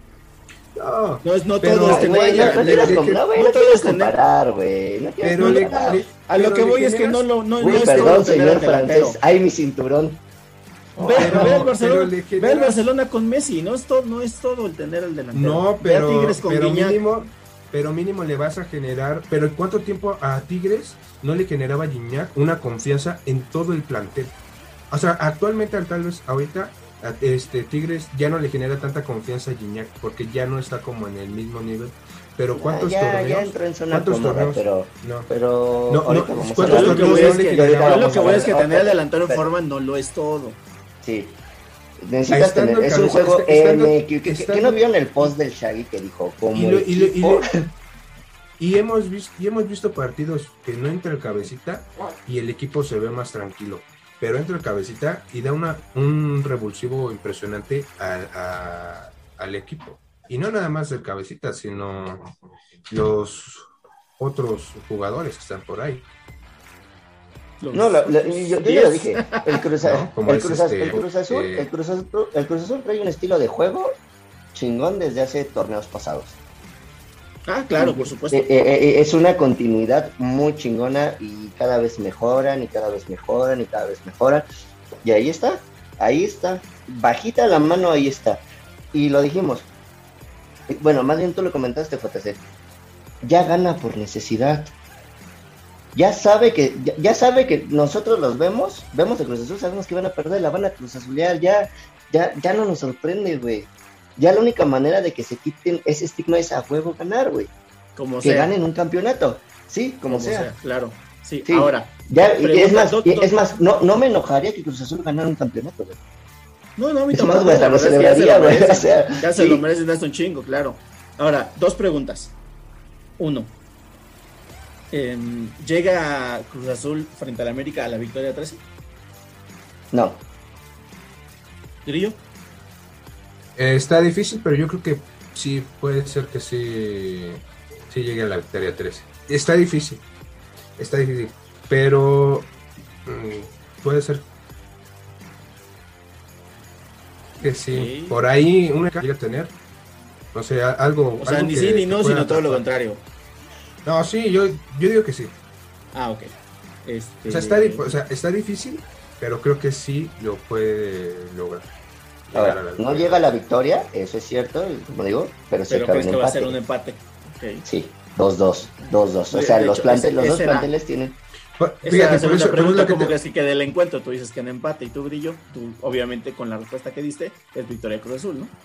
S3: No,
S1: No, es, no
S3: Pero,
S1: todo es
S2: Ay,
S1: tener
S2: güey, no, no
S1: delantero.
S2: quieras
S3: que-
S2: com- no, güey,
S1: no
S2: no
S1: todo
S2: quieras
S1: es tener-
S2: comparar, güey. No quieras
S3: pero le,
S2: comparar.
S3: le-
S1: A lo
S3: pero
S1: que
S3: le
S1: voy es que
S3: generas-
S1: no, lo, no, no
S2: Uy,
S1: es todo
S2: perdón,
S1: tener
S2: señor
S1: al delantero.
S2: francés. Ay, mi cinturón.
S1: Ve,
S3: Pero-
S1: ve al Barcelona,
S3: pero le
S1: ve al
S3: generas-
S1: Barcelona con Messi, no es, todo, no es todo el tener el delantero.
S3: No,
S1: Ve a
S3: pero,
S1: Tigres con
S3: pero
S1: Guiñac.
S3: mínimo, pero mínimo le vas a generar. Pero ¿cuánto tiempo a Tigres no le generaba Gignac una confianza en todo el plantel? O sea, actualmente tal vez ahorita a- este Tigres ya no le genera tanta confianza a Gignac porque ya no está como en el mismo nivel. Pero ¿cuántos
S2: ya,
S3: torneos?
S2: ya entró en zona
S3: ¿Cuántos
S2: cómoda,
S3: torneos?
S2: pero,
S3: No.
S2: pero
S3: No,
S2: ahorita
S3: no,
S2: vamos a
S3: ¿cuántos
S1: Yo
S2: hablar.
S1: lo que
S3: torneos
S1: voy
S3: no
S1: es
S3: le
S1: que,
S3: generaba?
S1: yo lo que voy es que
S2: Ahorita
S1: tener al delantero en
S2: pero-
S1: forma no lo es todo.
S2: Sí. Necesitas
S3: Estando
S2: tener,
S3: el
S2: es un
S3: cabeza-
S2: juego
S3: estando-
S2: M, que, que-
S3: estando-
S2: que no vieron el post del Shaggy que dijo como
S3: Y, lo- y lo- y
S2: equipo?
S3: lo- y hemos visto y hemos visto partidos que no entra el Cabecita y el equipo se ve más tranquilo, pero entra el Cabecita y da una un revulsivo impresionante al, a- al equipo, y no nada más el Cabecita sino los otros jugadores que están por ahí.
S1: Los-
S2: No, lo- lo- yo, yo ya lo dije. El Cruz,
S3: No, como
S2: el
S3: es
S2: Cruz,
S3: este,
S2: el Cruz Azul,
S3: eh,
S2: el Cruz Azul, el Cruz Azul trae un estilo de juego chingón desde hace torneos pasados.
S1: Ah, claro, por supuesto.
S2: Eh, eh, es una continuidad muy chingona y cada vez mejoran y cada vez mejoran y cada vez mejoran. Y ahí está, ahí está, bajita la mano, ahí está. Y lo dijimos. Bueno, más bien tú lo comentaste, J C. Ya gana por necesidad. Ya sabe que, ya, ya sabe que nosotros los vemos, vemos de Cruz Azul, sabemos que van a perder, la van a Cruz Azulear, ya, ya, ya no nos sorprende, güey. Ya la única manera de que se quiten ese estigma es a huevo ganar, güey.
S1: Como
S2: que
S1: sea.
S2: ganen un campeonato, sí, como, como sea. sea.
S1: Claro, sí,
S2: sí.
S1: Ahora.
S2: Ya, y es más, y es más, no, no me enojaría que Cruz Azul ganara un campeonato, güey.
S1: No, no, a mí
S2: es más, güey, lo celebraría, güey.
S1: O sea, ya se sí. lo merecen hasta un chingo, claro. Ahora, dos preguntas. Uno. Eh, ¿Llega Cruz Azul frente a la América a la victoria trece?
S2: No.
S1: ¿Grillo?
S3: Eh, está difícil, pero yo creo que sí, puede ser que sí, sí llegue a la victoria trece. Está difícil, está difícil, pero mmm, puede ser que sí. Okay. Por ahí una que llega a tener, no sé, algo.
S1: O sea,
S3: algo
S1: ni
S3: que,
S1: sí ni no, sino
S3: atrapar.
S1: Todo lo contrario.
S3: No, sí, yo, yo digo que sí.
S1: Ah, ok. Este...
S3: O, sea, está, o sea, está difícil, pero creo que sí lo puede lograr.
S2: Ahora, no llega a la victoria, eso es cierto, como digo, pero se
S1: Pero crees que empate. Va a ser un empate. Okay.
S2: Sí, dos dos, dos dos. O sea, de los, hecho, plante, ese, los dos era, planteles tienen.
S1: Fíjate, por eso, pregunta como que sí quede el encuentro, tú dices que en empate y tú, Grillo, tú obviamente con la respuesta que diste es victoria Cruz Azul, ¿no?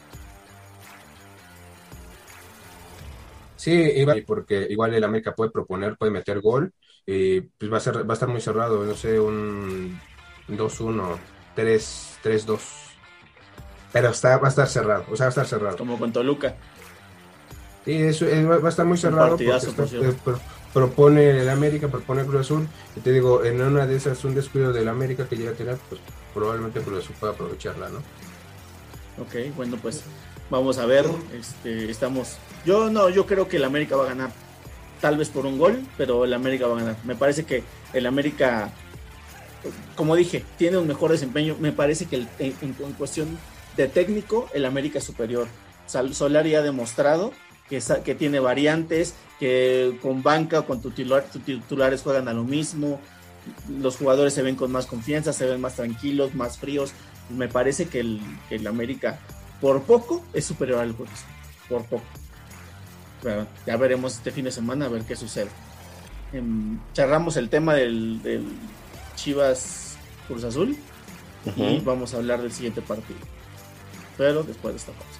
S3: Sí, igual, porque igual el América puede proponer, puede meter gol, y pues va a ser, va a estar muy cerrado, no sé, un dos uno, tres dos. Pero está, va a estar cerrado, o sea, va a estar cerrado.
S1: Como con Toluca.
S3: Sí, eso eh, va a estar muy cerrado porque está, eh, pro, propone el América, propone Cruz Azul, y te digo, en una de esas, un descuido del América que llega a tener, pues probablemente Cruz Azul pueda aprovecharla, ¿no?
S1: Ok, bueno, pues vamos a ver, este, estamos, yo no, yo creo que el América va a ganar, tal vez por un gol, pero el América va a ganar. Me parece que el América, como dije, tiene un mejor desempeño, me parece que el, en, en cuestión de técnico, el América es superior. Solari ha demostrado que, que tiene variantes, que con banca o con titular, titulares juegan a lo mismo, los jugadores se ven con más confianza, se ven más tranquilos, más fríos. Me parece que el, que el América, por poco, es superior al Cruz, por poco. Pero ya veremos este fin de semana a ver qué sucede. Eh, cerramos el tema del, del Chivas Cruz Azul uh-huh. y vamos a hablar del siguiente partido. Pero después de esta pausa.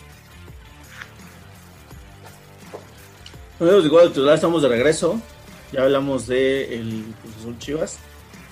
S1: Amigos de Cuadro Titular, estamos de regreso. Ya hablamos de el Cruz Azul Chivas.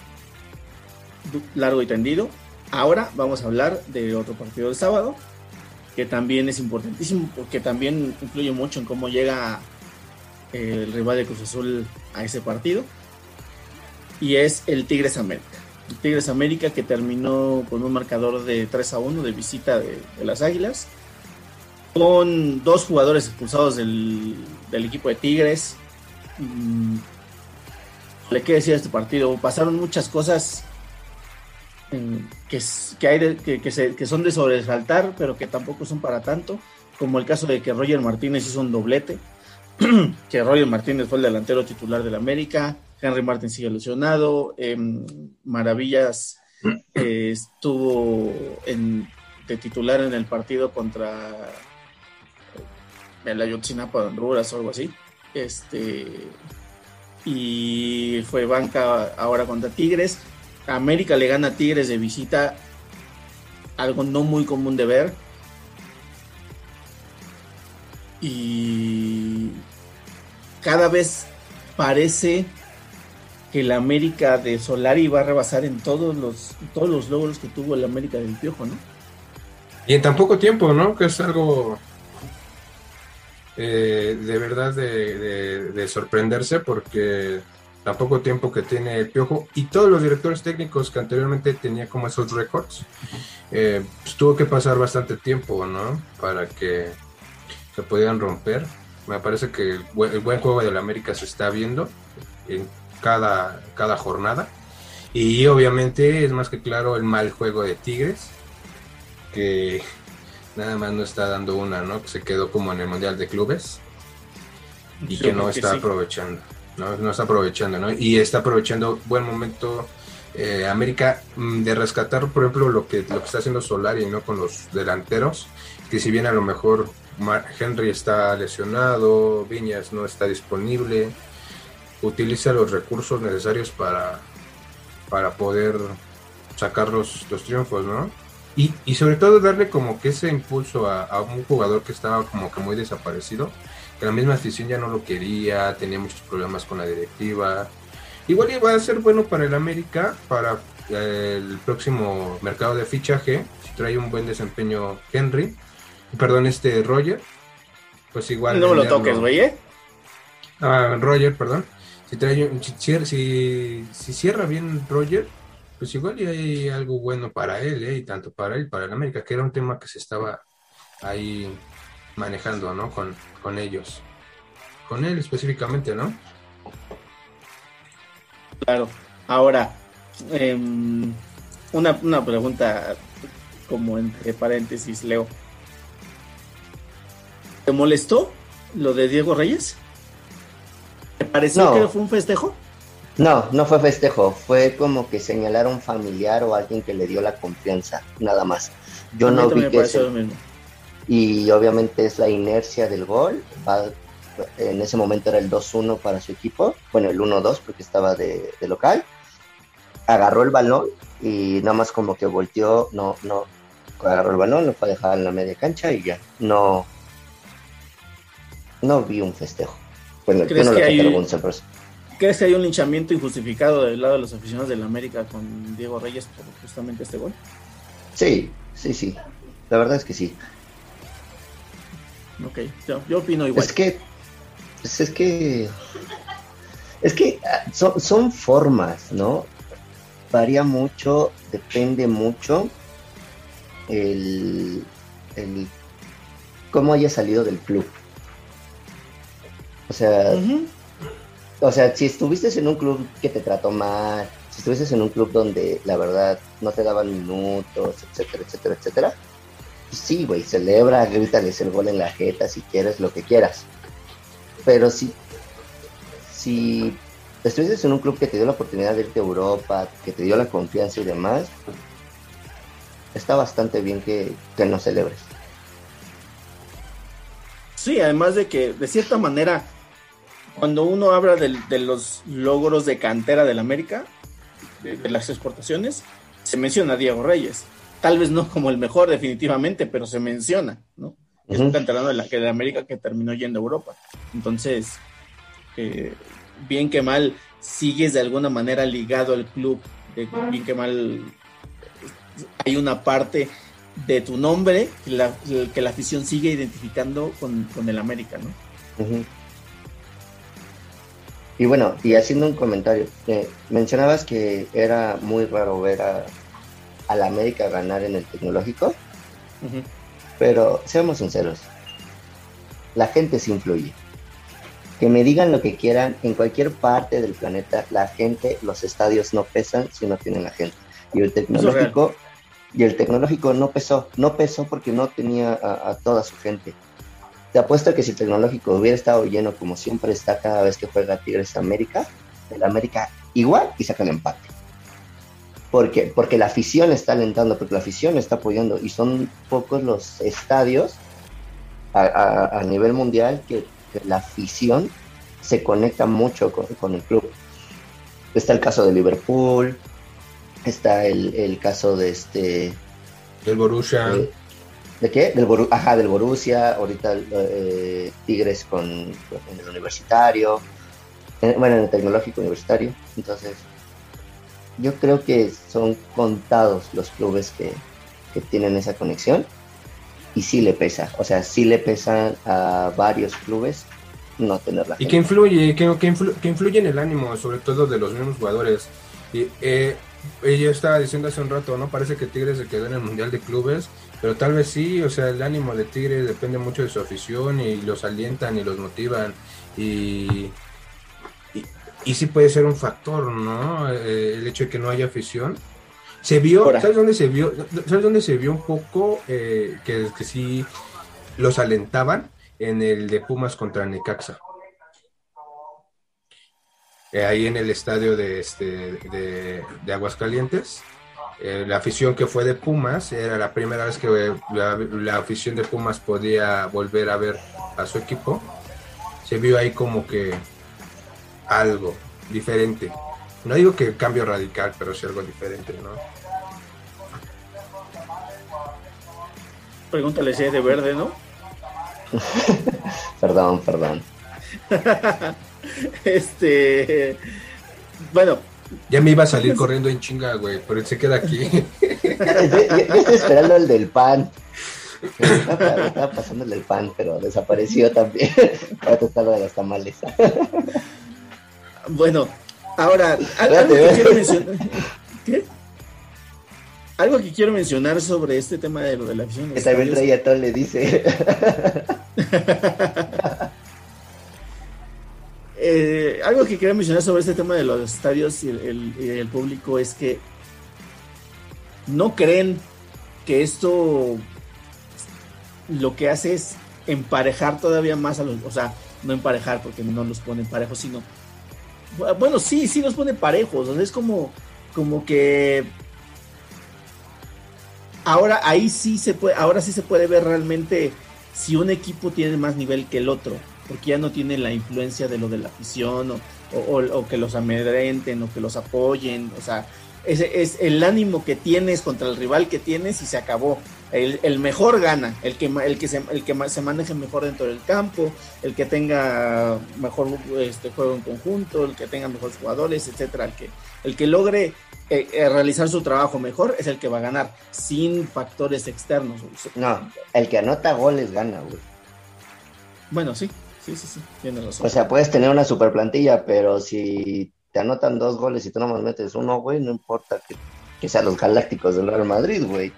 S1: Largo y tendido. Ahora vamos a hablar de otro partido del sábado, que también es importantísimo, porque también influye mucho en cómo llega el rival de Cruz Azul a ese partido. Y es el Tigres América. El Tigres América, que terminó con un marcador de tres a uno de visita de, de las Águilas, con dos jugadores expulsados del, del equipo de Tigres. Mm, ¿Le qué decir a este partido? Pasaron muchas cosas eh, que, que, hay de, que, que, se, que son de sobresaltar, pero que tampoco son para tanto, como el caso de que Roger Martínez hizo un doblete, que Roger Martínez fue el delantero titular del América. Henry Martin sigue lesionado, eh, Maravillas eh, estuvo en, de titular en el partido contra el Ayotzinapa de Honduras o algo así, este, y fue banca ahora contra Tigres. América le gana a Tigres de visita, algo no muy común de ver, y cada vez parece que el América de Solari va a rebasar en todos los todos los logros que tuvo el América del Piojo, ¿no?
S3: Y en tan poco tiempo, ¿no? Que es algo eh, de verdad de, de, de sorprenderse, porque tan poco tiempo que tiene el Piojo y todos los directores técnicos que anteriormente tenía como esos récords, eh, pues tuvo que pasar bastante tiempo, ¿no? Para que se pudieran romper. Me parece que el buen, el buen juego del América se está viendo en cada, cada jornada, y obviamente es más que claro el mal juego de Tigres, que nada más no está dando una, ¿no? Que se quedó como en el Mundial de Clubes, y
S1: Yo
S3: que no
S1: creo que
S3: está
S1: sí.
S3: aprovechando, ¿no? No está aprovechando, ¿no? Y está aprovechando buen momento eh, América mm, de rescatar, por ejemplo, lo que, lo que está haciendo Solari, ¿no? Con los delanteros, que si bien a lo mejor Mar- Henry está lesionado, Viñas no está disponible, utiliza los recursos necesarios para, para poder sacar los, los triunfos, ¿no? Y, y sobre todo darle como que ese impulso a, a un jugador que estaba como que muy desaparecido, que la misma afición ya no lo quería, tenía muchos problemas con la directiva. Igual iba a ser bueno para el América, para eh, el próximo mercado de fichaje, si trae un buen desempeño Henry, perdón, este Roger, pues igual
S1: No me lo toques,
S3: venderlo.
S1: güey, ¿eh?
S3: Ah, Roger, perdón. Si, trae, un- si, cier- si, si cierra bien Roger, pues igual y hay algo bueno para él, ¿eh? Y tanto para él, para el América, que era un tema que se estaba ahí manejando, ¿no? Con, con ellos. Con él específicamente, ¿no?
S1: Claro. Ahora, em, una, una pregunta como entre paréntesis, Leo. ¿Te molestó lo de Diego Reyes? ¿Te pareció
S2: No.
S1: que fue un festejo?
S2: No, no fue festejo, fue como que señalar a un familiar o a alguien que le dio la confianza, nada más. Yo
S1: A mí
S2: no
S1: también
S2: vi
S1: me
S2: que
S1: pareció
S2: ese,
S1: lo mismo.
S2: y obviamente es la inercia del gol, va, en ese momento era el dos uno para su equipo, bueno, el uno dos porque estaba de, de local, agarró el balón y nada más como que volteó, no, no, agarró el balón, lo fue a dejar en la media cancha y ya, no, no vi un festejo. Bueno, yo
S1: ¿Crees
S2: no lo
S1: que
S2: sé, pero
S1: hay,
S2: bueno, pero
S1: ¿crees que hay un linchamiento injustificado del lado de los aficionados del América con Diego Reyes por justamente este gol?
S2: sí, sí, sí, la verdad es que sí.
S1: Ok, yo, yo opino igual.
S2: Es que, pues es que, es que ah, son, son formas, ¿no? Varía mucho, depende mucho el, el cómo haya salido del club. O sea,
S1: Ujú.
S2: o sea, si estuviste en un club que te trató mal, si estuviste en un club donde la verdad no te daban minutos, etcétera, etcétera, etcétera, pues sí, güey, celebra, grítales el gol en la jeta si quieres, lo que quieras. Pero si, si estuviste en un club que te dio la oportunidad de irte a Europa, que te dio la confianza y demás, está bastante bien que, que no celebres.
S1: Sí, además de que de cierta manera, cuando uno habla del- de los logros de cantera del América, de, de las exportaciones, se menciona a Diego Reyes. Tal vez no como el mejor definitivamente, pero se menciona, ¿no? Es un
S2: Ujú.
S1: canterano de la que de América que terminó yendo a Europa. Entonces, eh, bien que mal, sigues de alguna manera ligado al club, de, bien que mal hay una parte de tu nombre que la, que la afición sigue identificando con, con el América, ¿no?
S2: Ujú. Y bueno, y haciendo un comentario, eh, mencionabas que era muy raro ver a, a la América ganar en el tecnológico,
S1: Uh-huh.
S2: pero seamos sinceros, la gente sí influye. Que me digan lo que quieran, en cualquier parte del planeta, la gente, los estadios no pesan si no tienen la gente. Y el tecnológico, y el tecnológico no pesó, no pesó porque no tenía a, a toda su gente. Te apuesto que si el tecnológico hubiera estado lleno como siempre está cada vez que juega Tigres América, el América igual y saca el empate. Porque, porque la afición está alentando, porque la afición está apoyando y son pocos los estadios a, a, a nivel mundial que, que la afición se conecta mucho con, con el club. Está el caso de Liverpool, está el, el caso de este...
S3: El Borussia.
S2: Eh, ¿De qué? Del Boru Ajá, del Borussia, ahorita eh, Tigres con, con el universitario, eh, bueno, en el tecnológico universitario. Entonces, yo creo que son contados los clubes que, que tienen esa conexión y sí le pesa, o sea, sí le pesa a varios clubes no tenerla.
S3: Y que influye, que, que, influ, que influye en el ánimo, sobre todo de los mismos jugadores. Y eh, ella estaba diciendo hace un rato, ¿no? Parece que Tigres se quedó en el Mundial de Clubes, pero tal vez sí, o sea, el ánimo de Tigres depende mucho de su afición y los alientan y los motivan y, y, y sí puede ser un factor, ¿no? Eh, el hecho de que no haya afición. Se vio, Ahora. ¿sabes dónde se vio? ¿Sabes dónde se vio un poco eh, que, que sí los alentaban? En el de Pumas contra Necaxa. eh, ahí en el estadio de, este, de, de Aguascalientes. Eh, la afición que fue de Pumas, era la primera vez que eh, la, la afición de Pumas podía volver a ver a su equipo. Se vio ahí como que algo diferente. No digo que cambio radical, pero sí algo diferente, ¿no?
S1: Pregúntale si es de verde, ¿no?
S2: Perdón, perdón.
S1: este... Bueno...
S3: Ya me iba a salir corriendo en chinga, güey, pero él se queda aquí.
S2: yo, yo, yo estoy esperando el del pan. Estaba, estaba pasando el del pan, pero desapareció también. Ahora está lo de los tamales.
S1: Bueno, ahora, algo que quiero mencionar. ¿Qué? Algo que quiero mencionar sobre este tema de lo de la afición.
S2: Que también traía todo, le dice.
S1: Eh, algo que quería mencionar sobre este tema de los estadios y el, el, el público es que no creen que esto lo que hace es emparejar todavía más a los, o sea, no emparejar porque no los ponen parejos, sino, bueno, sí, sí los ponen parejos, o sea, es como, como que ahora ahí sí se puede, ahora sí se puede ver realmente si un equipo tiene más nivel que el otro, porque ya no tiene la influencia de lo de la afición, o, o, o que los amedrenten, o que los apoyen, o sea, ese es el ánimo que tienes contra el rival que tienes y se acabó. El, el mejor gana, el que, el, que se, el que se maneje mejor dentro del campo, el que tenga mejor este, juego en conjunto, el que tenga mejores jugadores, etcétera. El que, el que logre eh, eh, realizar su trabajo mejor es el que va a ganar, sin factores externos.
S2: No, el que anota goles gana, güey.
S1: Bueno, sí, sí, sí, sí, tienes razón.
S2: O sea, puedes tener una super plantilla, pero si te anotan dos goles y tú nomás metes uno, güey, no importa que, que sean los Galácticos del Real Madrid, güey.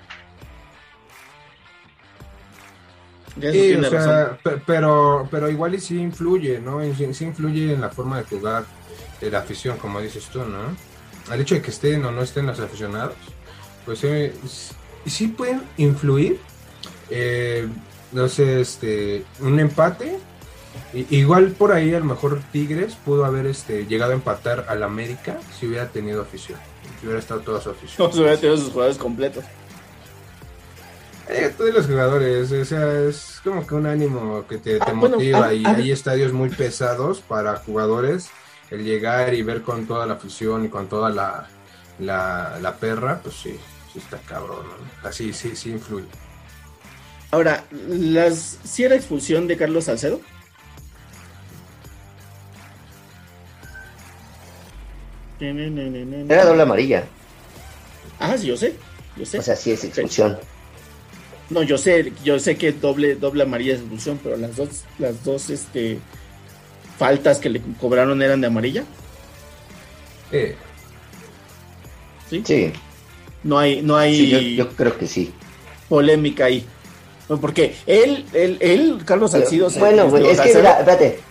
S3: Sí, o sea, p- pero, pero igual y sí influye, ¿no? Sí, sí influye en la forma de jugar de la afición, como dices tú, ¿no? Al hecho de que estén o no estén los aficionados, pues eh, sí pueden influir, eh, no sé, este, un empate. I- igual por ahí a lo mejor Tigres pudo haber este, llegado a empatar al América si hubiera tenido afición, si hubiera estado toda su afición.
S1: No se hubiera tenido sus jugadores completos.
S3: Eh, todos los jugadores, o sea, es como que un ánimo que te, te
S1: Ah, bueno,
S3: motiva
S1: ah,
S3: y
S1: ah.
S3: hay estadios muy pesados para jugadores, el llegar y ver con toda la afición y con toda la, la, la perra, pues sí, sí está cabrón, ¿no? Así, sí, sí influye.
S1: Ahora, las, ¿sí era expulsión de Carlos Salcedo?
S2: Era doble amarilla.
S1: Ah, sí, yo sé, yo sé.
S2: O sea, sí es expulsión.
S1: No, yo sé, yo sé que doble, doble amarilla es expulsión, pero las dos, las dos, este, faltas que le cobraron eran de amarilla.
S3: Eh,
S1: Sí.
S2: Sí,
S1: No hay, no hay
S2: sí, yo, yo creo que sí.
S1: polémica ahí. No, porque él, él, él, Carlos Salcido. se-
S2: Bueno, güey,
S1: digo,
S2: es que
S1: Salcedo-
S2: mira, espérate.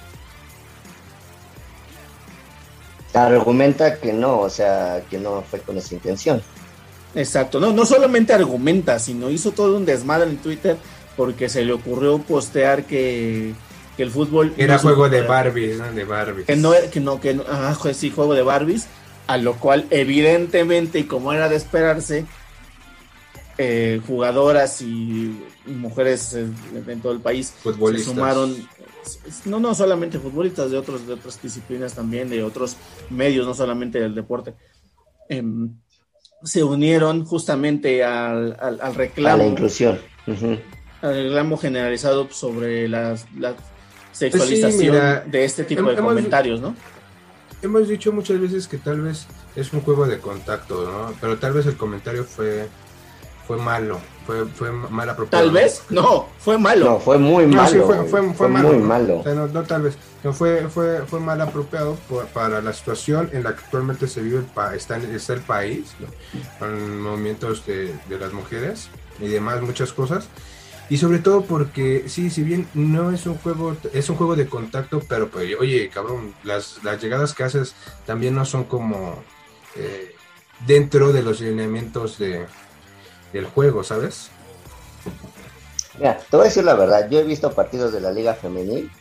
S2: Argumenta que no, o sea, que no fue con esa intención.
S1: Exacto, no, no solamente argumenta, sino hizo todo un desmadre en Twitter porque se le ocurrió postear que, que el fútbol
S3: era
S1: no
S3: juego
S1: se-
S3: de Barbies, ¿no? De Barbies.
S1: que no, que no, que no, ah, jo- sí, juego de Barbies, a lo cual evidentemente y como era de esperarse, eh, jugadoras y mujeres eh, en todo el país se
S3: Futbolistas.
S1: sumaron, no, no solamente futbolistas, de otros, de otras disciplinas también, de otros medios, no solamente del deporte. Em, se unieron justamente al, al, al
S2: A
S1: reclamo,
S2: la inclusión. Ujú.
S1: al reclamo generalizado sobre las, la sexualización
S3: Pues sí, mira,
S1: de este tipo
S3: hem-
S1: de
S3: hemos-
S1: comentarios, ¿no?
S3: Hemos dicho muchas veces que tal vez es un juego de contacto, ¿no? Pero tal vez el comentario fue fue malo, fue fue mal apropiado.
S1: Tal vez, no, fue malo.
S2: No, fue muy
S3: No,
S2: malo.
S3: sí, fue,
S2: güey.
S3: fue, fue
S2: Fue
S3: malo,
S2: muy
S3: ¿no?
S2: malo.
S3: O sea, no, no, tal vez. No, fue, fue, fue mal apropiado por- para la situación en la que actualmente se vive el pa- está, está el país, ¿no? Con movimientos de, de las mujeres y demás, muchas cosas. Y sobre todo porque, sí, si bien no es un juego, es un juego de contacto, pero pues, oye, cabrón, las, las llegadas que haces también no son como eh, dentro de los lineamientos de, del juego, ¿sabes?
S2: Mira, te voy a decir la verdad, yo he visto partidos de la Liga Femenil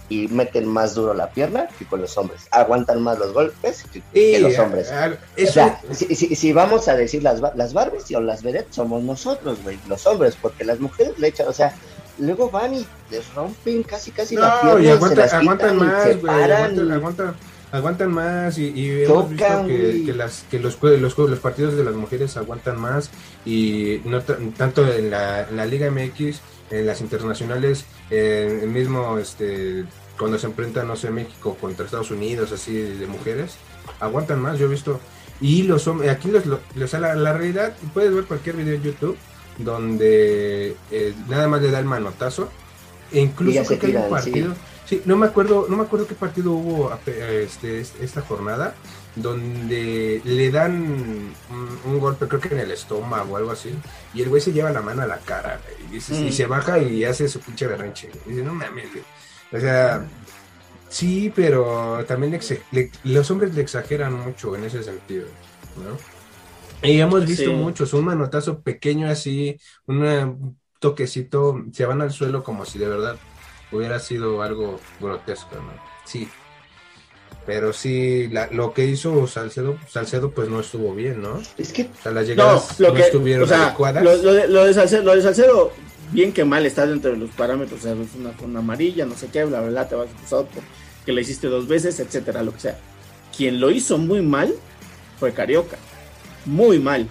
S2: y meten más duro la pierna que con los hombres. Aguantan más los golpes que, que los hombres.
S3: A, a, eso...
S2: O sea, si, si, si vamos a decir las, las Barbies o las vedettes, somos nosotros, güey, los hombres, porque las mujeres le echan, o sea, luego van y les rompen casi, casi
S3: no,
S2: la pierna.
S3: Y aguanta,
S2: se las
S3: aguantan más, güey, aguantan,
S2: y...
S3: aguantan, aguantan más y, y hemos
S2: Tocan,
S3: visto que, que, las, que los, los, los partidos de las mujeres aguantan más y no t- tanto en la, en la Liga M X, en las internacionales, eh, el mismo, este, cuando se enfrentan, no sé, México contra Estados Unidos, así de mujeres, aguantan más, yo he visto, y los hombres, aquí los, los, la, la realidad, puedes ver cualquier video en YouTube, donde eh, nada más le da el manotazo, e incluso creo que hay un partido, sí. Sí, no me acuerdo, no me acuerdo qué partido hubo este, esta jornada, donde le dan un, un golpe, creo que en el estómago o algo así, y el güey se lleva la mano a la cara, y, dice, mm. y se baja y hace su pinche berrinche, y dice, no mames, o sea, sí, pero también le, le, los hombres le exageran mucho en ese sentido, ¿no? Y hemos visto sí. muchos, un manotazo pequeño así, un toquecito, se van al suelo como si de verdad hubiera sido algo grotesco, ¿no? Sí. Pero sí, la, lo que hizo Salcedo, Salcedo pues no estuvo bien, ¿no?
S2: Es que...
S3: O sea, las llegadas
S1: no,
S3: no
S1: que,
S3: estuvieron
S1: o sea,
S3: adecuadas.
S1: Lo, lo, de, lo, de Salcedo, lo de Salcedo, bien que mal, está dentro de los parámetros, o sea, es una, una amarilla, no sé qué, bla, bla, bla, te vas expulsado porque le hiciste dos veces, etcétera, lo que sea. Quien lo hizo muy mal fue Carioca. Muy mal.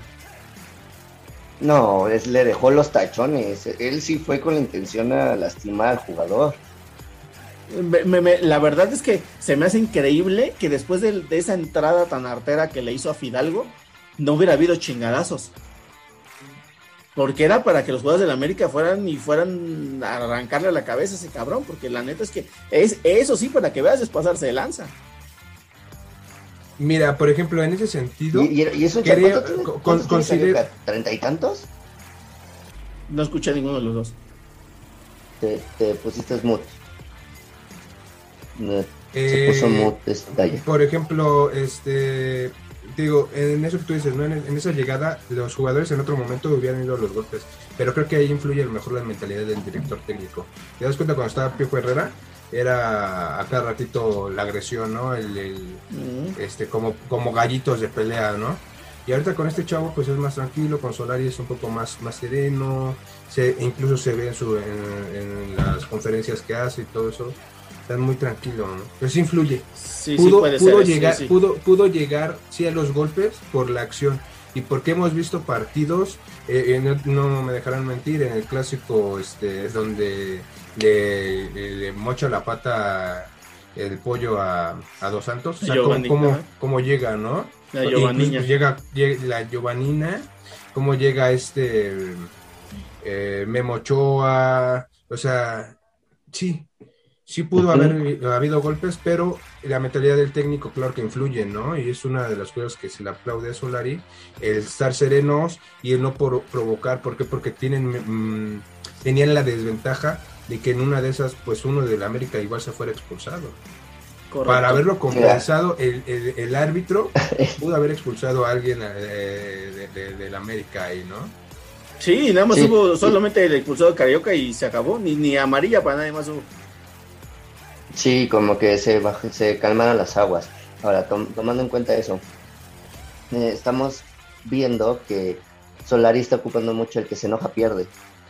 S2: No, es, le dejó los tachones. Él sí fue con la intención a lastimar al jugador.
S1: Me, me, me, la verdad es que se me hace increíble que después de, de esa entrada tan artera que le hizo a Fidalgo, no hubiera habido chingadazos. Porque era para que los jugadores de la América fueran y fueran a arrancarle la cabeza a ese cabrón. Porque la neta es que es eso sí, para que veas, es pasarse de lanza.
S3: Mira, por ejemplo, en ese sentido...
S2: ¿Y, y eso
S3: quería, con, consider...
S2: ¿Treinta y tantos?
S1: No escuché ninguno de los dos.
S2: Te, te pusiste mute. No,
S3: eh,
S2: se puso mute esta talla.
S3: Por ejemplo, este... digo, en eso que tú dices, ¿no? En, en esa llegada, los jugadores en otro momento hubieran ido a los golpes. Pero creo que ahí influye a lo mejor la mentalidad del director técnico. ¿Te das cuenta cuando estaba Piojo Herrera? Era a cada ratito la agresión, ¿no? El, el mm. este, como, como gallitos de pelea, ¿no? Y ahorita con este chavo, pues es más tranquilo, con Solari es un poco más, más sereno, se, incluso se ve en, su, en, en las conferencias que hace y todo eso, está muy tranquilo, ¿no? Pero sí influye.
S1: Sí,
S3: pudo,
S1: sí puede
S3: pudo
S1: ser,
S3: llegar,
S1: sí, sí.
S3: Pudo, pudo llegar, sí, a los golpes por la acción. Y porque hemos visto partidos, eh, no, no me dejarán mentir, en el clásico este es donde le, le, le mocha la pata el pollo a, a Dos Santos, o sea, cómo, cómo, cómo llega, ¿no?
S1: La Giovannina.
S3: Llega, llega la Giovannina, cómo llega este eh, Memo Ochoa, o sea, sí, sí pudo uh-huh. haber habido golpes, pero la mentalidad del técnico, claro que influye, ¿no? Y es una de las cosas que se le aplaude a Solari, el estar serenos y el no por provocar, ¿por qué? Porque tienen, mmm, tenían la desventaja de que en una de esas, pues uno del América igual se fuera expulsado. Correcto. Para haberlo compensado, el, el, el árbitro pudo haber expulsado a alguien eh, de, de, del América ahí, ¿no?
S1: Sí, nada más
S2: sí,
S1: hubo
S2: sí.
S1: solamente el expulsado de Carioca y se acabó, ni, ni amarilla para nadie más hubo.
S2: Sí, como que se, baj- se calmaron las aguas. Ahora, tom- tomando en cuenta eso, eh, estamos viendo que Solari está ocupando mucho el que se enoja pierde.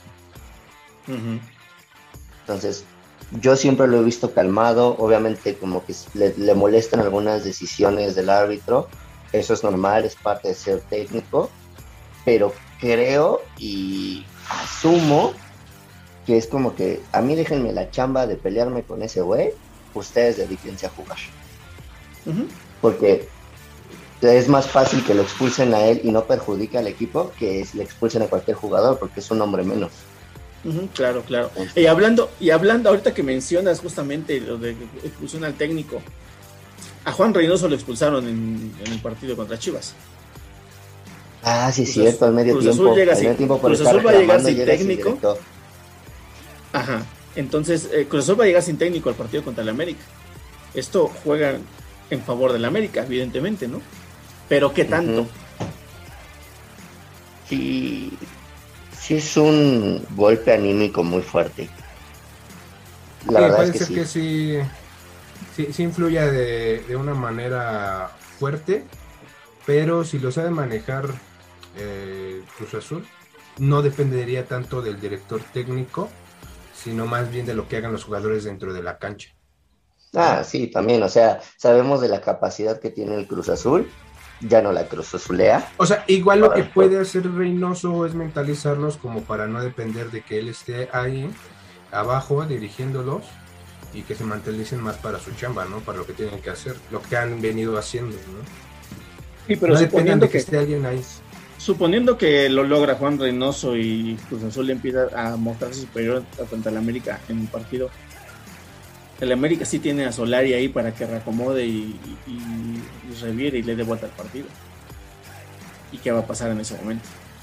S1: Uh-huh.
S2: Entonces, yo siempre lo he visto calmado, obviamente como que le, le molestan algunas decisiones del árbitro, eso es normal, es parte de ser técnico, pero creo y asumo que es como que a mí déjenme la chamba de pelearme con ese güey, ustedes dedíquense a jugar. Uh-huh. Porque es más fácil que lo expulsen a él y no perjudique al equipo que le expulsen a cualquier jugador, porque es un hombre menos.
S1: Uh-huh, claro, claro. Y hablando, y hablando ahorita que mencionas justamente lo de expulsión al técnico, a Juan Reynoso lo expulsaron en, en el partido contra Chivas.
S2: Ah, sí, es
S1: Cruz
S2: cierto, al medio
S1: Cruz
S2: tiempo.
S1: Azul llega
S2: al
S1: sin,
S2: medio tiempo por
S1: Cruz
S2: estar
S1: Azul va a llegar sin
S2: sin
S1: técnico.
S2: directo.
S1: Ajá. Entonces, eh, Cruz Azul va a llegar sin técnico al partido contra el América. Esto juega en favor del América, evidentemente, ¿no? Pero ¿qué tanto?
S2: Uh-huh. Sí, sí es un golpe anímico muy fuerte. La
S3: sí,
S2: verdad
S3: puede
S2: es que
S3: ser
S2: sí.
S3: que sí, sí, sí influya de, de una manera fuerte, pero si lo sabe manejar eh, Cruz Azul, no dependería tanto del director técnico, sino más bien de lo que hagan los jugadores dentro de la cancha,
S2: Ah,
S3: ¿no?
S2: sí, también, o sea, sabemos de la capacidad que tiene el Cruz Azul, ya no la Cruz Azulea.
S3: O sea, igual lo que
S2: Ahora, pues,
S3: puede hacer Reynoso es mentalizarlos como para no depender de que él esté ahí abajo dirigiéndolos y que se mentalicen más para su chamba, ¿no? Para lo que tienen que hacer, lo que han venido haciendo, ¿no?
S1: Sí, pero
S3: No dependan
S1: suponiendo
S3: de que
S1: que,
S3: esté alguien ahí.
S1: suponiendo que lo logra Juan Reynoso y Cruz Azul empieza a mostrarse superior frente al América en el partido, el América sí tiene a Solari ahí para que reacomode y, y, y reviere y le dé vuelta al partido. ¿Y qué va a pasar en ese momento?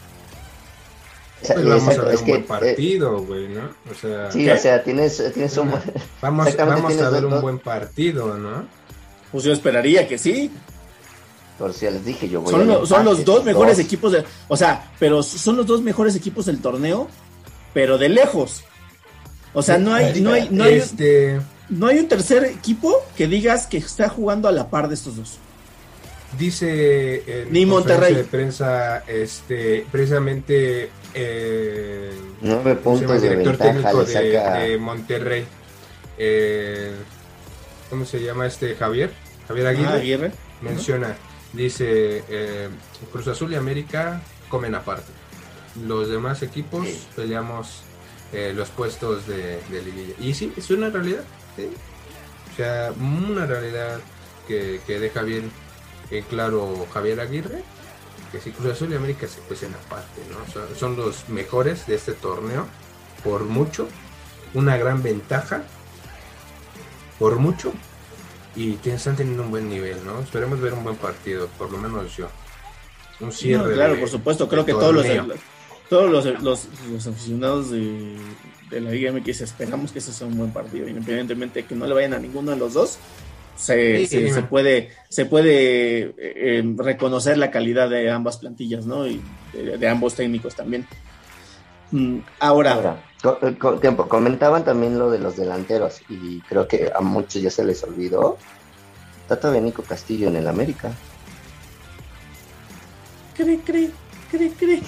S2: o sea,
S3: Pues vamos
S2: exacto,
S3: a ver
S2: es
S3: un
S2: que,
S3: buen
S2: eh,
S3: partido, güey, ¿no? O sea,
S2: sí,
S1: ¿Qué?
S2: o sea, tienes, tienes un...
S3: una- vamos,
S2: exactamente,
S3: vamos
S2: tienes
S3: a ver
S2: dos,
S3: un
S2: dos-
S3: buen partido, ¿no?
S1: Pues yo esperaría que sí.
S2: por si ya les dije, yo voy
S1: Son,
S2: al
S1: lo- son los
S2: empate,
S1: dos mejores
S2: dos.
S1: equipos, de, o sea, pero son los dos mejores equipos del torneo, pero de lejos. O sea, no hay, no hay, no hay,
S3: Este,
S1: no hay un tercer equipo que digas que está jugando a la par de estos dos.
S3: dice en
S1: Ni
S3: conferencia
S1: Monterrey.
S3: de prensa, este, precisamente eh,
S2: Nueve
S3: ¿cómo se llama?
S2: puntos de
S3: El director
S2: ventaja
S3: técnico
S2: le
S3: de,
S2: saca...
S3: de Monterrey, eh, ¿cómo se llama este Javier? Javier Aguirre,
S1: Ah, Aguirre.
S3: menciona, dice eh, Cruz Azul y América comen aparte. Los demás equipos
S2: Sí.
S3: peleamos eh, los puestos de, de liguilla. Y sí, es una realidad, ¿sí? O sea, una realidad que, que deja bien en claro Javier Aguirre, que si Cruz Azul y América se cuecen aparte, ¿no? O sea, son los mejores de este torneo, por mucho, una gran ventaja, por mucho, y tienen- están teniendo un buen nivel, ¿no? Esperemos ver un buen partido, por lo menos yo. Un cierre.
S1: No, claro,
S3: de-
S1: por supuesto. Creo
S3: de
S1: que todos los,
S3: torneo.
S1: todos los, los, los aficionados de, de la Liga M X esperamos que ese sea un buen partido, independientemente de que no le vayan a ninguno de los dos. Se,
S3: Sí,
S1: se,
S3: sí,
S1: se
S3: no.
S1: puede, se puede eh, eh, reconocer la calidad de ambas plantillas, ¿no? Y de, de ambos técnicos también. Mm, Ahora,
S2: Ahora, co- co- tiempo, comentaban también lo de los delanteros y creo que a muchos ya se les olvidó. Está todavía Nico Castillo en el América.
S1: cre, cre, cre, cre.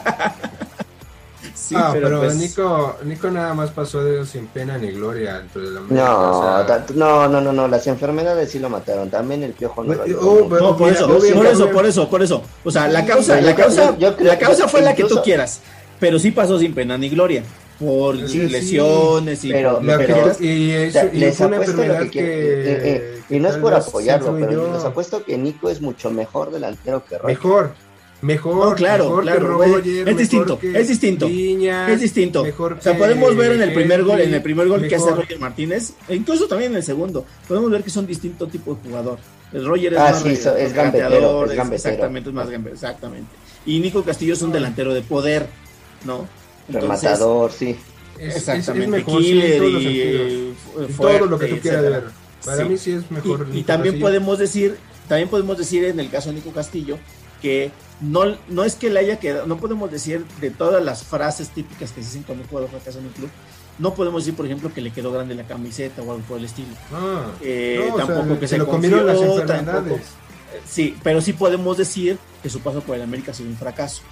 S1: Sí,
S3: Ah,
S1: pero,
S3: pero
S1: pues,
S3: Nico, Nico nada más pasó de sin pena ni gloria dentro de la América,
S2: No,
S3: o sea,
S2: ta- no, no, no, no, las enfermedades sí lo mataron. También el Piojo no lo
S3: Bueno,
S2: ayudó
S3: oh,
S2: mucho.
S3: pero-
S1: no, por
S3: mira,
S1: eso,
S3: yo
S1: por
S3: siempre-
S1: eso, por eso, por eso. O sea, la
S2: Sí,
S1: causa,
S2: pero
S1: la
S2: yo creo-
S1: causa,
S2: yo- yo creo
S1: la causa
S2: que
S1: fue la que
S2: incluso-
S1: tú quieras, pero sí pasó sin pena ni gloria, por
S3: Sí, sí.
S1: lesiones y
S2: Pero-
S1: por
S3: la
S1: lo que
S3: que-
S1: quieras.
S3: y,
S2: O
S3: eso-
S2: sea,
S3: y
S2: les
S3: fue una
S2: apuesto lo
S3: enfermedad
S2: que
S3: que,
S2: quieren. Y, y-
S3: que
S2: y no es
S3: tal
S2: por
S3: vez
S2: apoyarlo, pero
S3: influyó.
S2: les apuesto que Nico es mucho mejor delantero que Roger.
S3: Mejor, mejor,
S1: No, claro,
S3: mejor
S1: claro,
S3: que
S1: güey,
S3: Roger,
S1: es
S3: mejor
S1: distinto,
S3: que
S1: es distinto,
S3: Viñas,
S1: Es distinto.
S3: mejor
S1: O sea,
S3: que
S1: podemos ver en el primer gol, en el primer gol que hace
S3: mejor.
S1: Roger Martínez, e incluso también en el segundo, podemos ver que son distintos tipos de jugador. El Roger es
S2: Ah,
S1: más
S2: sí,
S1: re-
S2: so- es
S1: regateador,
S2: gambetero, es
S1: es-
S2: gambetero.
S1: exactamente, es más gambe- exactamente. Y Nico Castillo es un delantero de poder, ¿no? Entonces,
S2: Rematador, sí.
S3: Es, es- es
S1: exactamente,
S3: mejor, sí,
S1: killer
S3: en todos los
S1: y
S3: sentidos.
S1: eh,
S3: En
S1: fuerte,
S3: todo lo que tú quieras
S1: etcétera.
S3: ver. Para
S1: Sí.
S3: mí sí es mejor.
S1: Y, y
S3: Nico
S1: también
S3: Castillo.
S1: podemos decir, también podemos decir en el caso de Nico Castillo que no, no es que le haya quedado, no podemos decir de todas las frases típicas que se dicen cuando un jugador fracasa en un club, no podemos decir, por ejemplo, que le quedó grande la camiseta o algo por el estilo.
S3: Ah,
S1: Eh,
S3: no, o sea,
S1: tampoco que
S3: se
S1: se
S3: lo comieron las
S1: confió,
S3: enfermedades.
S1: tampoco- Sí, pero sí podemos decir que su paso por el América ha sido un fracaso.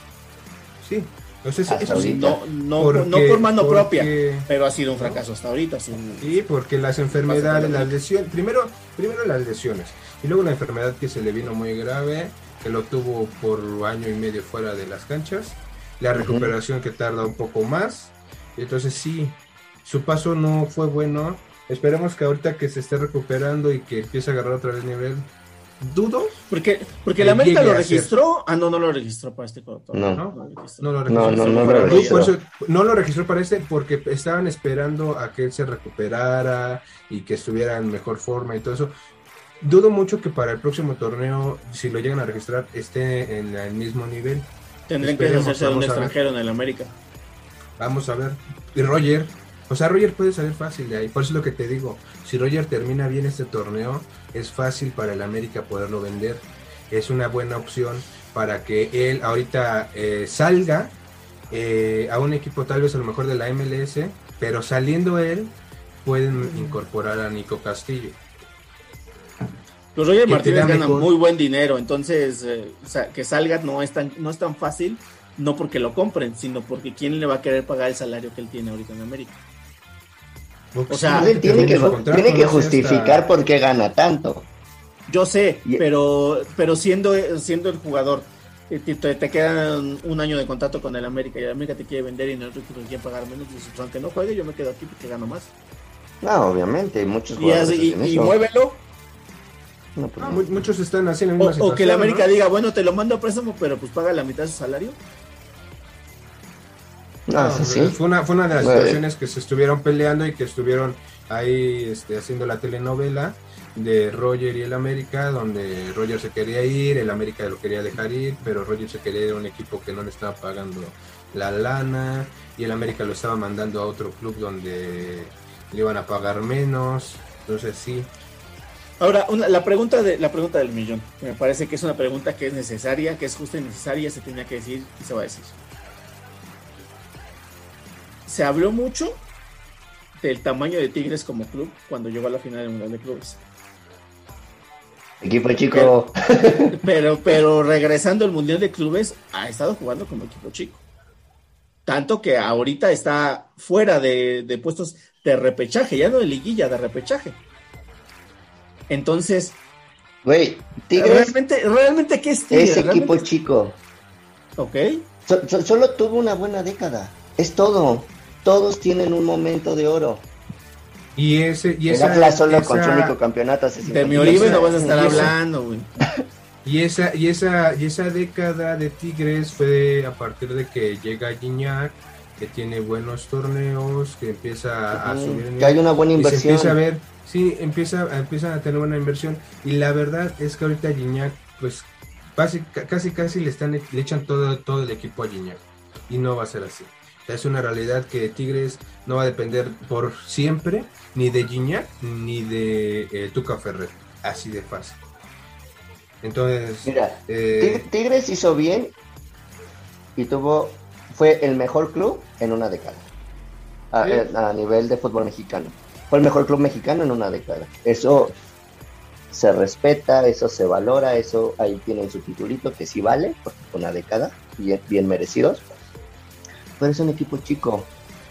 S3: Sí, o sea, eso,
S2: Hasta
S3: eso sí,
S2: ahorita.
S1: No, no,
S3: porque-
S1: no por mano
S3: porque-
S1: propia, pero ha sido un fracaso hasta ahorita. su-
S3: Sí, porque las enfermedades, las lesiones, primero, primero las lesiones, y luego la enfermedad que se le vino muy grave, que lo tuvo por año y medio fuera de las canchas, la recuperación que tarda un poco más, y entonces sí, su paso no fue bueno. Esperemos que ahorita que se esté recuperando y que empiece a agarrar otra vez nivel, dudo,
S1: Porque, porque
S3: Que
S1: el América
S3: llegue
S1: lo
S3: a ser.
S1: registró. Ah, no, no lo registró para este corto.
S2: No.
S1: lo registró.
S3: no lo
S2: No,
S3: registró.
S2: no, no
S3: Por-
S2: lo
S3: por
S2: registró.
S3: eso- no lo registró para este porque estaban esperando a que él se recuperara y que estuviera en mejor forma y todo eso. Dudo mucho que para el próximo torneo, si lo llegan a registrar, esté en el mismo nivel.
S1: Tendrían que
S3: Esperemos,
S1: hacerse de un
S3: vamos a ver.
S1: extranjero en el América.
S3: Vamos a ver. Y Roger, o sea, Roger puede salir fácil de ahí. Por eso es lo que te digo. Si Roger termina bien este torneo, es fácil para el América poderlo vender. Es una buena opción para que él ahorita eh, salga eh, a un equipo tal vez a lo mejor de la M L S, pero saliendo él pueden incorporar a Nico Castillo.
S1: Los Roger
S3: Que
S1: Martínez
S3: te da
S1: ganan
S3: mejor-
S1: muy buen dinero, entonces eh, o sea, que salga no es tan no es tan fácil, no porque lo compren, sino porque quién le va a querer pagar el salario que él tiene ahorita en América.
S3: Porque
S1: O sea,
S3: si no
S2: Él tiene
S3: termina
S2: que,
S3: el contrato,
S2: tiene que
S3: no sé,
S2: justificar
S3: hasta-
S2: por qué gana tanto.
S1: Yo sé,
S2: Y-
S1: pero pero siendo siendo el jugador eh, te, te, te quedan un año de contrato con el América y el América te quiere vender y el otro equipo te quiere pagar menos, pues aunque no juegue yo me quedo aquí porque gano más.
S2: No, obviamente, muchos
S1: Y,
S2: jugadores
S1: así-
S2: hacen
S1: y, y
S2: eso.
S1: muévelo.
S2: No, pues
S3: Ah,
S2: no.
S3: mu- muchos están así en la
S1: O,
S3: misma
S1: o
S3: situación,
S1: que el América
S3: ¿no?
S1: diga, bueno, te lo mando a préstamo, pero pues paga la mitad de su salario.
S2: No,
S3: No,
S2: eso sí.
S3: Fue una, fue una de las
S2: Bueno.
S3: situaciones que se estuvieron peleando y que estuvieron ahí este, haciendo la telenovela de Roger y el América, donde Roger se quería ir, el América lo quería dejar ir, pero Roger se quería ir a un equipo que no le estaba pagando la lana y el América lo estaba mandando a otro club donde le iban a pagar menos. Entonces sí,
S1: Ahora, una- la pregunta de la pregunta del millón, me parece que es una pregunta que es necesaria, que es justa y necesaria, se tenía que decir y se va a decir. Se habló mucho del tamaño de Tigres como club cuando llegó a la final del Mundial de Clubes.
S2: Equipo chico.
S1: Pero, pero regresando al Mundial de Clubes, ha estado jugando como equipo chico. Tanto que ahorita está fuera de, de puestos de repechaje, ya no de liguilla, de repechaje. Entonces,
S2: Güey, Tigres
S1: realmente, realmente ¿qué es Tigres?
S2: es equipo
S1: ¿Realmente?
S2: chico.
S1: Ok.
S2: So- so- solo tuvo una buena década. Es todo. Todos tienen un momento de oro.
S3: y ese y
S2: El
S3: esa,
S2: Atlas solo
S3: esa-
S2: con su único campeonato hace
S1: De
S2: cincuenta
S1: mi
S2: años.
S1: Oribe
S3: esa-
S1: no vas a estar
S3: y esa-
S1: hablando, güey.
S3: Y esa, y esa, y esa década de Tigres fue a partir de que llega Gignac, que tiene buenos torneos, que empieza a, a
S2: Ujú,
S3: subir en
S2: que hay una buena
S3: y se
S2: inversión.
S3: empieza a ver, sí, empieza, empiezan a tener buena inversión. Y la verdad es que ahorita Gignac, pues casi, casi, casi le están, le echan todo, todo el equipo a Gignac. Y no va a ser así. O sea, es una realidad que Tigres no va a depender por siempre ni de Gignac ni de eh, Tuca Ferrer. Así de fácil. Entonces,
S2: Mira,
S3: eh,
S2: Tig- Tigres hizo bien y tuvo, fue el mejor club en una década. A,
S3: Sí.
S2: a nivel de fútbol mexicano. Fue el mejor club mexicano en una década. Eso se respeta, eso se valora, eso ahí tienen su titulito que sí vale, porque fue una década, bien, bien merecidos. Pero es un equipo chico.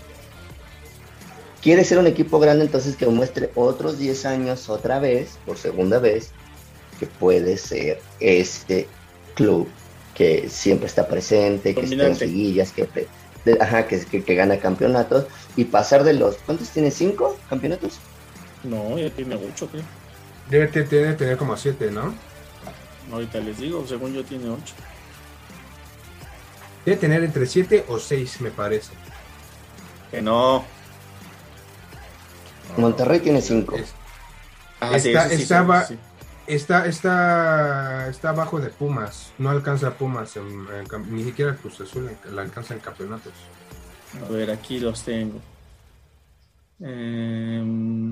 S2: Quiere ser un equipo grande, entonces que muestre otros diez años otra vez, por segunda vez, que puede ser este club que siempre está presente, que está en
S1: Dominante.
S2: liguillas, que, pre- de- ajá, que, que, que gana campeonatos y pasar de los, ¿cuántos tiene? ¿Cinco campeonatos?
S1: No, ya tiene ocho, creo.
S3: debe, te- debe tener como siete, ¿no?
S1: Ahorita les digo, según yo tiene ocho.
S3: Debe tener entre siete o seis, me parece.
S1: Que no.
S2: Monterrey tiene cinco.
S3: Es-
S1: Ah, sí,
S3: Está-
S1: eso sí,
S3: estaba-
S1: sí, sí.
S3: Está, está, está abajo de Pumas. No alcanza a Pumas. En, en cam- ni siquiera Cruz Azul en- la alcanza en campeonatos.
S1: A ver, aquí los tengo. Em,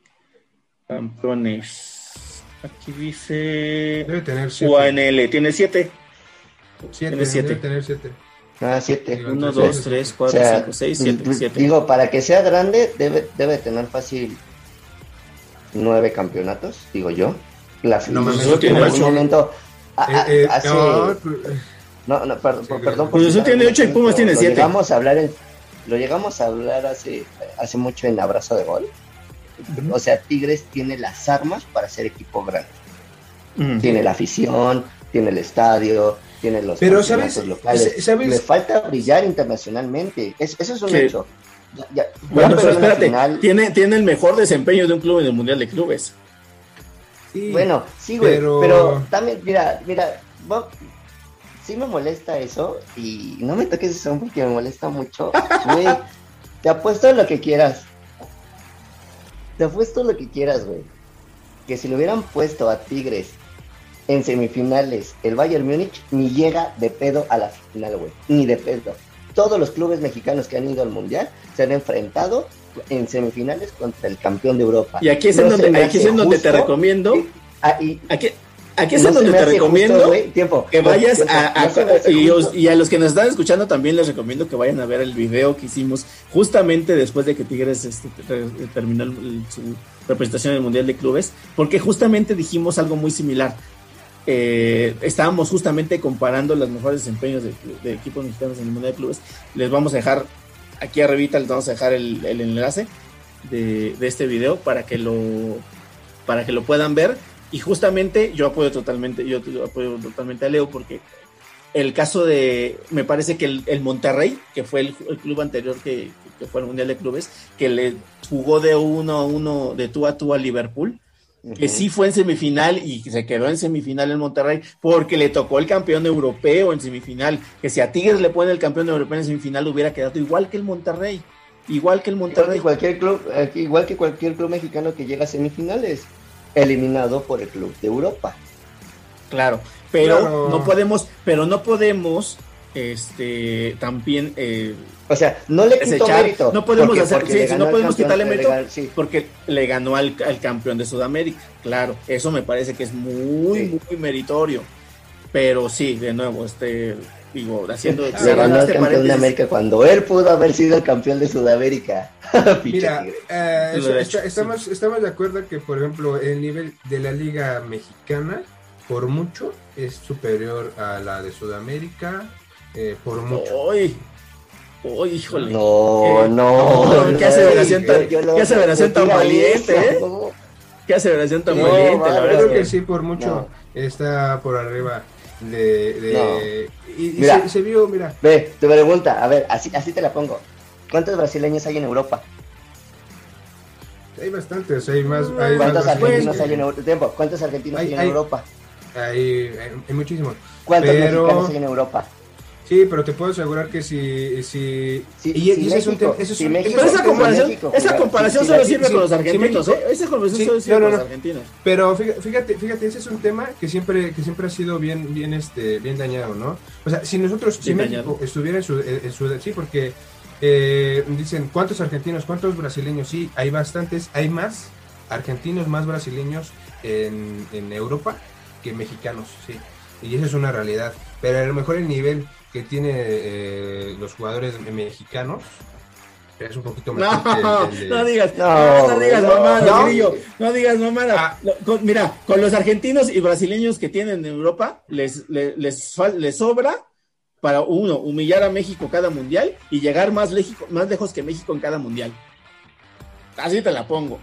S1: campeones. Aquí dice
S3: Debe tener siete.
S1: U A N L, tiene siete.
S3: Siete,
S1: tiene siete.
S3: Debe tener siete.
S2: Ah, siete.
S3: Digo,
S1: Uno,
S3: entonces,
S1: dos, tres,
S2: O
S1: cuatro,
S2: sea,
S1: cinco, seis, siete.
S2: d-
S1: siete.
S2: digo, para que sea grande, debe, debe tener fácil nueve campeonatos, digo yo. La
S3: No mames,
S2: Cruz Azul
S1: tiene
S2: en algún
S1: ocho.
S2: momento a- a-
S3: Eh, eh,
S2: hace,
S3: no, pues,
S2: no, no, perdón,
S3: Sí,
S2: perdón.
S1: Cruz Azul tiene ocho y Pumas tiene
S2: lo
S1: siete.
S2: Llegamos a hablar en- lo llegamos a hablar hace, hace mucho en Abrazo de Gol. O sea, Tigres tiene las armas para ser equipo grande.
S1: Ujú.
S2: Tiene la afición, tiene el estadio, tiene los
S3: Pero,
S2: campeonatos
S3: ¿sabes?
S2: locales.
S3: ¿Sabes?
S2: Le falta brillar internacionalmente. Es- eso es un
S1: Sí.
S2: hecho. Ya, ya-
S1: Bueno,
S2: ya
S1: pero
S2: perdió una
S1: espérate,
S2: final.
S1: tiene, tiene el mejor desempeño de un club en el Mundial de Clubes.
S3: sí,
S2: Bueno, sí, güey,
S3: pero-
S2: pero... también, mira, mira, va- sí me molesta eso y no me toques eso porque me molesta mucho. Güey, te apuesto lo que quieras. Te apuesto lo que quieras, güey. Que si le hubieran puesto a Tigres en semifinales el Bayern Múnich, ni llega de pedo a la final, güey. Ni de pedo. Todos los clubes mexicanos que han ido al Mundial se han enfrentado en semifinales contra el campeón de Europa.
S1: Y aquí es
S2: No
S1: en
S2: se
S1: donde,
S2: me
S1: aquí es
S2: hace
S1: en donde te
S2: justo
S1: recomiendo.
S2: que- ah, y-
S1: Aquí, aquí es
S2: no
S1: donde te recomiendo
S2: justo, wey, tiempo,
S1: que vayas
S2: tiempo,
S1: a, a,
S2: no
S1: y, os, y a los que nos están escuchando también les recomiendo que vayan a ver el video que hicimos justamente después de que Tigres este, terminó el, el, su representación en el Mundial de Clubes, porque justamente dijimos algo muy similar. Eh, estábamos justamente comparando los mejores desempeños de, de equipos mexicanos en el Mundial de Clubes. Les vamos a dejar aquí arribita, les vamos a dejar el, el enlace de, de este video para que lo para que lo puedan ver. Y justamente yo apoyo totalmente, yo apoyo totalmente a Leo, porque el caso de, me parece que el, el Monterrey, que fue el, el club anterior que, que fue el Mundial de Clubes, que le jugó de uno a uno, de tú a tú a Liverpool, uh-huh. que sí fue en semifinal y se quedó en semifinal en Monterrey, porque le tocó el campeón europeo en semifinal, que si a Tigres le ponen el campeón europeo en semifinal hubiera quedado igual que el Monterrey, igual que el Monterrey.
S2: Igual que cualquier club, igual que cualquier club mexicano que llega a semifinales, eliminado por el club de Europa.
S1: Claro, pero claro. no podemos, pero no podemos, este, también, eh,
S2: o sea, no le quito mérito.
S1: No podemos porque, hacer, porque sí, no podemos quitarle mérito sí. porque le ganó al, al campeón de Sudamérica. Claro, eso me parece que es muy, sí. muy meritorio. Pero sí, de nuevo, este, digo, haciendo.
S2: Ah, se ganó el campeón de América cuando él pudo haber sido el campeón de Sudamérica.
S3: Mira, eh, eso, está, estamos, sí. estamos de acuerdo que, por ejemplo, el nivel de la Liga Mexicana, por mucho, es superior a la de Sudamérica, eh, por mucho.
S1: ¡Uy! ¡Uy, híjole!
S2: No, eh, no,
S1: no. ¿Qué aseveración tan, yo, yo ¿qué aseveración tan valiente, eh? No. ¿Qué aseveración tan no, valiente?
S3: La verdad creo que sí, por mucho, no. está por arriba. De, de
S2: no.
S3: y, y
S2: mira,
S3: se, se vio, mira.
S2: Ve, te pregunta, a ver, así, así te la pongo. ¿Cuántos brasileños hay en Europa?
S3: Hay bastantes, hay más. Hay
S2: ¿Cuántos
S3: más
S2: argentinos hay en Europa? Tiempo, ¿cuántos argentinos hay, hay en
S3: hay,
S2: Europa?
S3: Hay, hay, hay muchísimos.
S2: ¿Cuántos
S3: pero...
S2: mexicanos hay en Europa?
S3: Sí, pero te puedo asegurar que si... si
S2: sí,
S3: y,
S2: si
S3: y
S2: México,
S3: es un tema, eso
S1: si es México, pero esa comparación, México, esa comparación sí, solo sí, sirve sí, con los argentinos, sí, ¿eh? Esa comparación sí, solo sirve no, no, con los argentinos.
S3: Pero fíjate, fíjate, ese es un tema que siempre que siempre ha sido bien bien este bien dañado, ¿no? O sea, si nosotros, si México dañado. estuviera en su, en su... Sí, porque eh, dicen, ¿cuántos argentinos, cuántos brasileños? Sí, hay bastantes, hay más argentinos, más brasileños en, en Europa que mexicanos, sí. Y esa es una realidad. Pero a lo mejor el nivel que tiene eh, los jugadores mexicanos es un poquito mejor
S1: no,
S3: que el, el de...
S1: no digas no, no digas mamá no, no, no digas mamá
S3: ah.
S1: con, mira, con los argentinos y brasileños que tienen en Europa les, les, les, les sobra para uno, humillar a México cada mundial y llegar más, lejico, más lejos que México en cada mundial. Así te la pongo.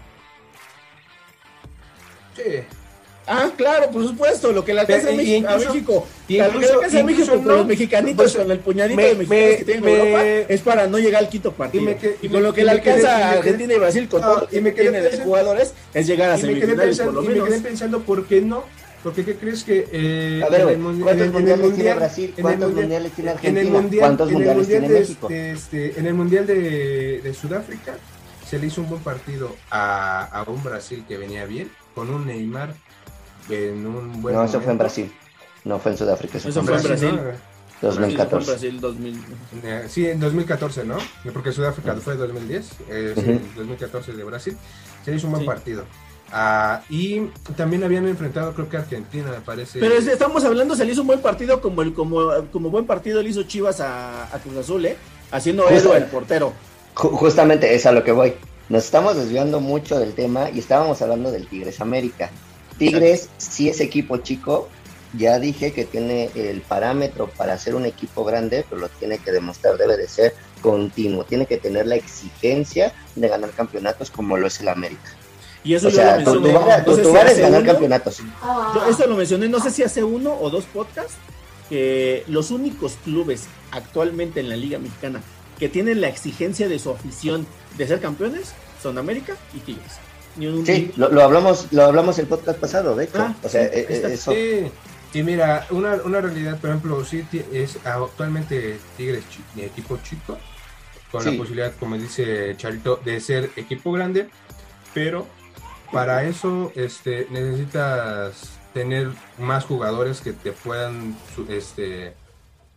S3: Sí.
S1: Ah, claro, por supuesto, lo que le alcanza a México, a México, incluso, lo que le alcanza a México con los mexicanitos, pues, con el puñadito me, de mexicanos me, que tienen me, en Europa, es para no llegar al quinto partido. Y, me, que, y con lo que le alcanza a Argentina y Brasil, con no, todo lo que tiene de jugadores, es llegar a semifinales por lo menos.
S3: Y me quedé pensando, ¿por qué no? Porque ¿qué crees que
S2: eh, a ver, güey, ¿cuántos mundiales tiene Brasil? ¿Cuántos mundiales tiene Argentina? ¿Cuántos mundiales tiene México?
S3: En el mundial de Sudáfrica se le hizo un buen partido a un Brasil que venía bien, con un Neymar en un buen
S2: no,
S3: momento.
S2: Eso fue en Brasil, no fue en Sudáfrica.
S1: Eso, eso fue en Brasil, Brasil.
S2: ¿no? dos mil catorce.
S1: Brasil, dos mil...
S3: Sí, en dos mil catorce, ¿no? Porque Sudáfrica uh-huh. fue dos mil diez, eh, uh-huh. sí, dos mil catorce de Brasil. Se hizo un buen sí. partido. Uh, y también habían enfrentado, creo que Argentina, me parece.
S1: Pero estamos hablando, se le hizo un buen partido como el como, como buen partido le hizo Chivas a, a Cruz Azul, ¿eh? Haciendo eso el portero.
S2: Justamente es a lo que voy. Nos estamos desviando mucho del tema y estábamos hablando del Tigres América. Tigres, sí es equipo chico, ya dije que tiene el parámetro para ser un equipo grande, pero lo tiene que demostrar, debe de ser continuo, tiene que tener la exigencia de ganar campeonatos como lo es el América.
S1: Y eso
S2: o
S1: yo
S2: sea,
S1: lo mencioné.
S2: Tu lugar no sé si es ganar uno, campeonatos.
S1: Yo eso lo mencioné, no sé si hace uno o dos podcasts, que los únicos clubes actualmente en la Liga Mexicana que tienen la exigencia de su afición de ser campeones son América y Tigres.
S2: Un... Sí, lo, lo hablamos lo hablamos el podcast pasado, de hecho. Ah, o sea, sí, eh, eso.
S3: Sí. Y mira, una, una realidad, por ejemplo, sí es actualmente Tigres chi, equipo chico, con sí. la posibilidad, como dice Charito, de ser equipo grande, pero para eso este necesitas tener más jugadores que te puedan este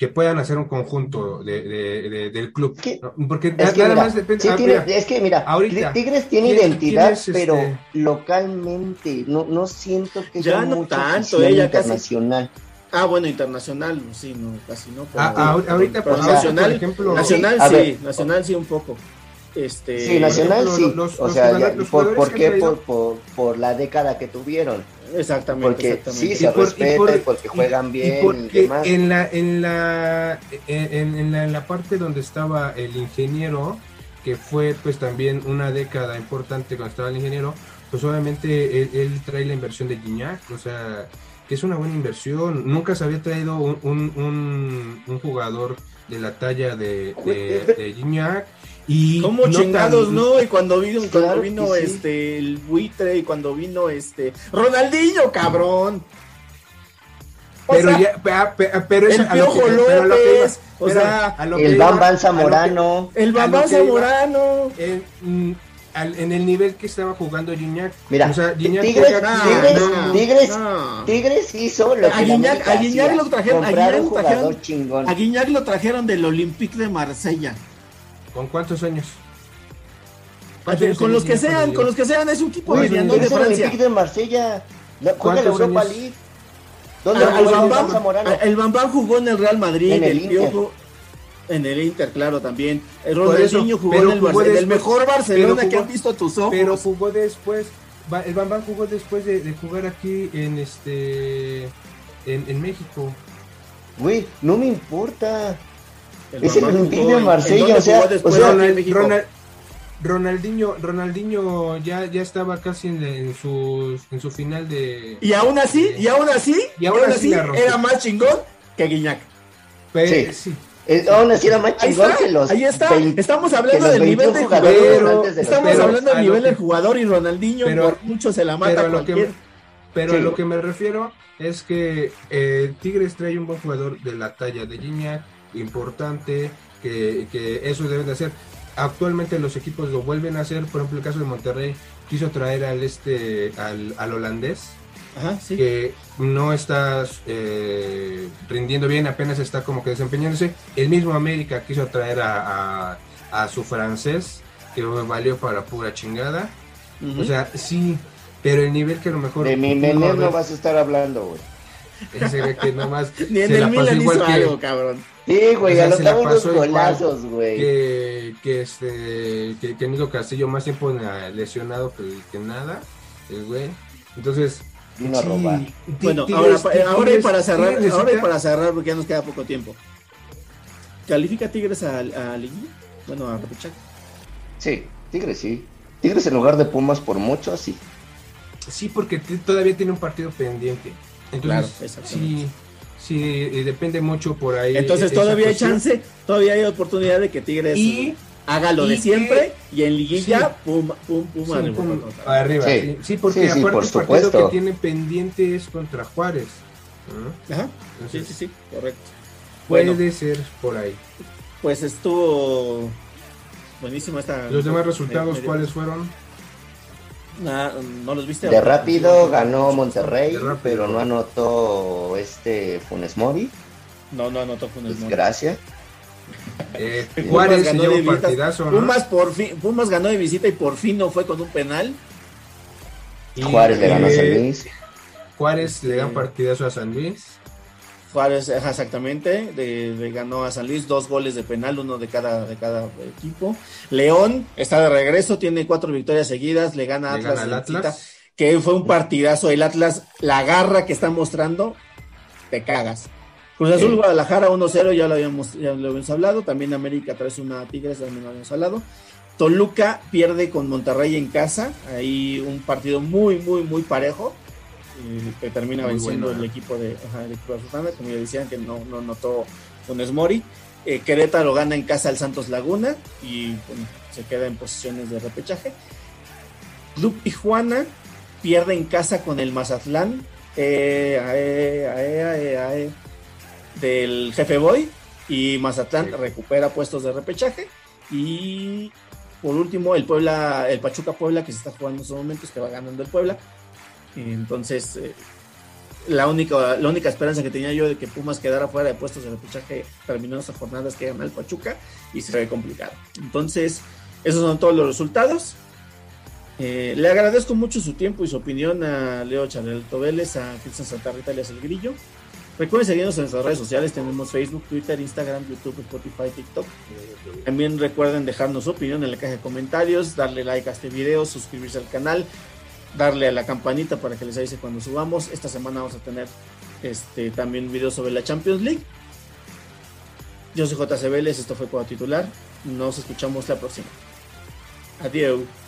S3: que puedan hacer un conjunto de, de, de, del club.
S2: ¿Qué?
S3: ¿No? Porque
S2: Es
S3: nada
S2: que, mira,
S3: más depende.
S2: sí
S3: Ah,
S2: tiene-
S3: mira,
S2: es que mira,
S3: ahorita,
S2: Tigres tiene
S3: ¿quién-
S2: identidad,
S3: quién es,
S2: pero
S3: este?
S2: localmente, no, no siento que
S1: Ya
S2: haya
S1: no
S2: mucha
S1: tanto,
S2: afición
S1: eh, ya casi-
S2: internacional.
S1: Ah, bueno, internacional, sí, no, casi no. Pero,
S3: Ah, ah,
S1: pero-
S3: ahorita,
S1: pero
S2: por- ahorita,
S1: nacional,
S3: por ejemplo-
S1: nacional
S2: Sí, a
S1: sí,
S2: ver.
S1: nacional sí un poco. Este,
S2: Sí, nacional
S3: ejemplo,
S2: sí,
S3: los-
S2: o
S3: los
S2: sea, ya-
S3: jugadores- los
S2: ¿por,
S3: jugadores
S2: ¿por
S3: que
S2: qué?
S3: han traído-
S2: Por, por, por la década que tuvieron,
S1: Exactamente,
S2: porque
S1: exactamente.
S2: sí
S3: Y
S2: se
S3: por- y
S2: respeta
S3: por-
S2: y porque juegan
S3: y-
S2: bien
S3: y
S2: y,
S3: porque
S2: demás.
S3: en la en la en, en la en la parte donde estaba el ingeniero, que fue pues también una década importante cuando estaba el ingeniero, pues obviamente él, él trae la inversión de Gignac, o sea, que es una buena inversión. Nunca se había traído un, un, un, un jugador de la talla de, de, de Gignac. Y
S1: ¿Cómo
S3: no
S1: chingados,
S3: tan-
S1: no? Y cuando vino, cuando
S2: Claro
S1: vino
S2: que sí.
S1: este el buitre y cuando vino este Ronaldinho, cabrón. O
S3: Pero
S1: sea,
S3: ya, pe- pe- pero es
S1: el
S3: a lo que-
S1: Piojo
S3: pero a lo que iba,
S1: López, o
S3: pero
S1: sea,
S3: a lo que
S2: El
S3: iba-
S2: Bam Bam
S3: a lo que-
S2: Zamorano,
S1: el
S3: a lo
S1: Bambán
S3: que iba-
S1: Zamorano.
S3: en, mm, al- en el nivel que estaba jugando Gignac.
S2: Mira,
S3: o sea, Gignac
S2: Tigres-
S3: juega-
S2: Tigres-
S1: no,
S2: Tigres-
S1: no.
S2: Tigres hizo lo que
S1: A
S2: la
S1: Guiñac-
S2: América
S1: a Guiñac
S2: hacía,
S1: lo trajeron- a
S2: comprar
S1: Guiñac
S2: un
S1: lo trajeron-
S2: jugador chingón.
S1: A Guiñac lo trajeron del Olympique de Marsella.
S3: ¿Con cuántos años? ¿Cuántos años
S1: Con los que
S3: tenía Gignac
S1: sean,
S3: cuando
S1: con los que sean, es un equipo
S2: Uy,
S1: mediano
S2: es
S1: de
S2: el
S1: Francia.
S2: Olympique de Marsella, la- juega la
S3: ¿Cuántos
S2: Europa
S3: años?
S2: League. ¿Dónde
S1: Al-
S2: jugó
S1: al
S2: el Bam
S1: Bambam-
S2: Bam Zamorano?
S1: el Bambam jugó en el Real Madrid,
S2: En el
S1: el
S2: Inter.
S1: Piojo en el Inter, claro, también. El
S3: Por eso,
S1: Ronaldinho jugó
S3: pero
S1: en el,
S3: jugó
S1: Barce- en el
S3: después-
S1: mejor Barcelona
S3: pero
S1: que
S3: jugó-
S1: han visto tus ojos.
S3: Pero jugó después. Va- El Bambam jugó después de, de jugar aquí en este en, en México.
S2: Güey, no me importa.
S1: El
S2: es el
S1: Bambam
S2: Olympique
S1: jugó
S2: de
S1: en-
S2: Marsella,
S1: ¿en dónde
S2: o sea,
S1: jugó después
S2: o sea,
S1: aquí en
S3: Ronald-
S1: México?
S3: Ronald- Ronaldinho, Ronaldinho ya, ya estaba casi en, en su, en su final de.
S1: Y aún así, y aún así,
S3: Y aún así la rompió.
S1: era más chingón que Guiñac.
S3: Pe-
S2: Sí.
S3: sí.
S2: Eh, aún así era más
S1: Ahí
S2: chingón
S1: está,
S2: que los
S1: ahí está.
S2: veinte
S1: Estamos
S2: que
S1: hablando
S2: los
S1: del nivel
S2: veintiún
S1: del
S2: jugadores
S1: jugador.
S3: pero-
S2: antes de los
S1: Estamos
S3: pero
S1: hablando
S3: a
S1: del
S3: lo
S1: nivel
S3: que-
S1: del jugador y Ronaldinho
S3: pero-
S1: por mucho se la mata
S3: Pero,
S1: a
S3: a lo que,
S1: cualquier.
S3: me- pero
S2: Sí.
S3: a lo que me refiero es que eh, Tigres trae un buen jugador de la talla de Gignac, importante, que, que eso deben de hacer. Actualmente los equipos lo vuelven a hacer, por ejemplo el caso de Monterrey quiso traer al este al, al holandés,
S1: Ajá, sí.
S3: que no está eh, rindiendo bien, apenas está como que desempeñándose. El mismo América quiso traer a, a, a su francés, que valió para pura chingada.
S1: Ujú.
S3: O sea, sí, pero el nivel que a lo mejor...
S2: De mi
S3: no,
S2: Menem
S3: a
S2: no
S3: ver,
S2: vas a estar hablando, güey.
S3: ese güey que nomás
S1: Ni en
S3: se
S1: el
S3: la pasó
S1: Milan
S3: igual
S1: hizo
S3: que-
S1: algo, cabrón.
S2: Sí, güey,
S3: O sea, se la
S2: anotaba unos
S3: pasó igual
S2: golazos, güey.
S3: que, que este que, que Nico Castillo más tiempo na- lesionado que, que nada, el güey. Entonces,
S2: Vino a
S3: sí,
S2: robar.
S3: Ti-
S1: Bueno,
S3: Tigres-
S1: ahora, pa-
S3: Tigres-
S1: ahora y para cerrar,
S3: Tigres
S1: ahora y
S3: necesita-
S1: para cerrar porque ya nos queda poco tiempo. ¿Califica Tigres a, a Liguilla? Bueno, a repechaje.
S2: Sí, Tigres sí. Tigres en lugar de Pumas por mucho, sí.
S3: Sí, porque t- todavía tiene un partido pendiente.
S1: Claro,
S3: Entonces,
S1: exactamente.
S3: sí, sí, eh, depende mucho por ahí.
S1: Entonces
S3: esa
S1: todavía hay
S3: cuestión.
S1: chance, todavía hay oportunidad de que Tigres
S3: Y-
S1: haga lo
S3: y
S1: de
S3: que-
S1: siempre y en Liguilla,
S3: Sí.
S1: pum, pum, pum,
S3: Sí,
S1: arriba,
S3: pum,
S1: otra vez.
S3: arriba,
S2: Sí.
S3: sí. Sí, porque
S2: Sí, sí,
S3: aparte
S2: por
S3: el partido
S2: supuesto.
S3: que tiene pendiente es contra Juárez. ¿no?
S1: Ajá, sí,
S3: Entonces,
S1: sí, sí, correcto.
S3: puede
S1: Bueno,
S3: ser por ahí.
S1: pues estuvo buenísimo esta.
S3: Los demás resultados,
S1: medio-
S3: ¿cuáles fueron?
S1: Nah, ¿no los viste?
S2: De rápido ganó Monterrey,
S3: De rápido.
S2: pero no anotó este Funes Mori.
S1: No, no anotó Funes Mori.
S2: Desgracia.
S3: Eh,
S1: Pumas
S3: Juárez se
S1: ganó
S3: lleva
S1: de
S3: un
S1: visita.
S3: partidazo, ¿no?
S1: Pumas, por fin, Pumas ganó de visita y por fin no fue con un penal.
S3: Y,
S2: Juárez le ganó a San
S3: eh,
S2: Luis.
S3: Juárez le da un
S1: Sí.
S3: partidazo a San Luis.
S1: Juárez, ajá, exactamente, de, de ganó a San Luis, dos goles de penal, uno de cada, de cada equipo. León está de regreso, tiene cuatro victorias seguidas, le gana a
S3: Le
S1: Atlas,
S3: gana al
S1: de visita,
S3: Atlas.
S1: que fue un partidazo. El Atlas, la garra que está mostrando, te cagas. Cruz Azul,
S2: Sí.
S1: Guadalajara uno cero, ya lo habíamos, ya lo habíamos hablado. También América tres uno a Tigres, también lo habíamos hablado. Toluca pierde con Monterrey en casa, ahí un partido muy, muy, muy parejo. eh, que termina
S3: Muy
S1: venciendo
S3: bueno,
S1: el
S3: eh.
S1: equipo de, ajá, el equipo azulgrana, como ya decían que no, no notó Funes Mori. Eh, Querétaro gana en casa al Santos Laguna y bueno, se queda en posiciones de repechaje. Club Tijuana pierde en casa con el Mazatlán eh, ae, ae, ae, ae, del Jefe Boy, y Mazatlán
S3: Sí.
S1: recupera puestos de repechaje. Y por último el Puebla, el Pachuca Puebla, que se está jugando en estos momentos, que va ganando el Puebla. Entonces eh, la única, la única esperanza que tenía yo de que Pumas quedara fuera de puestos de repechaje terminó esas jornadas que gana el Pachuca y se ve complicado. Entonces, esos son todos los resultados. Eh, le agradezco mucho su tiempo y su opinión a Leo Charelto Vélez, a Cristian Santarrita alias El Grillo. Recuerden seguirnos en nuestras redes sociales, tenemos Facebook, Twitter, Instagram, YouTube, Spotify, TikTok. También recuerden dejarnos su opinión en la caja de comentarios, darle like a este video, suscribirse al canal, darle a la campanita para que les avise cuando subamos. Esta semana vamos a tener este, también videos sobre la Champions League. Yo soy J C Vélez, esto fue Cuadro Titular. Nos escuchamos la próxima. Adiós.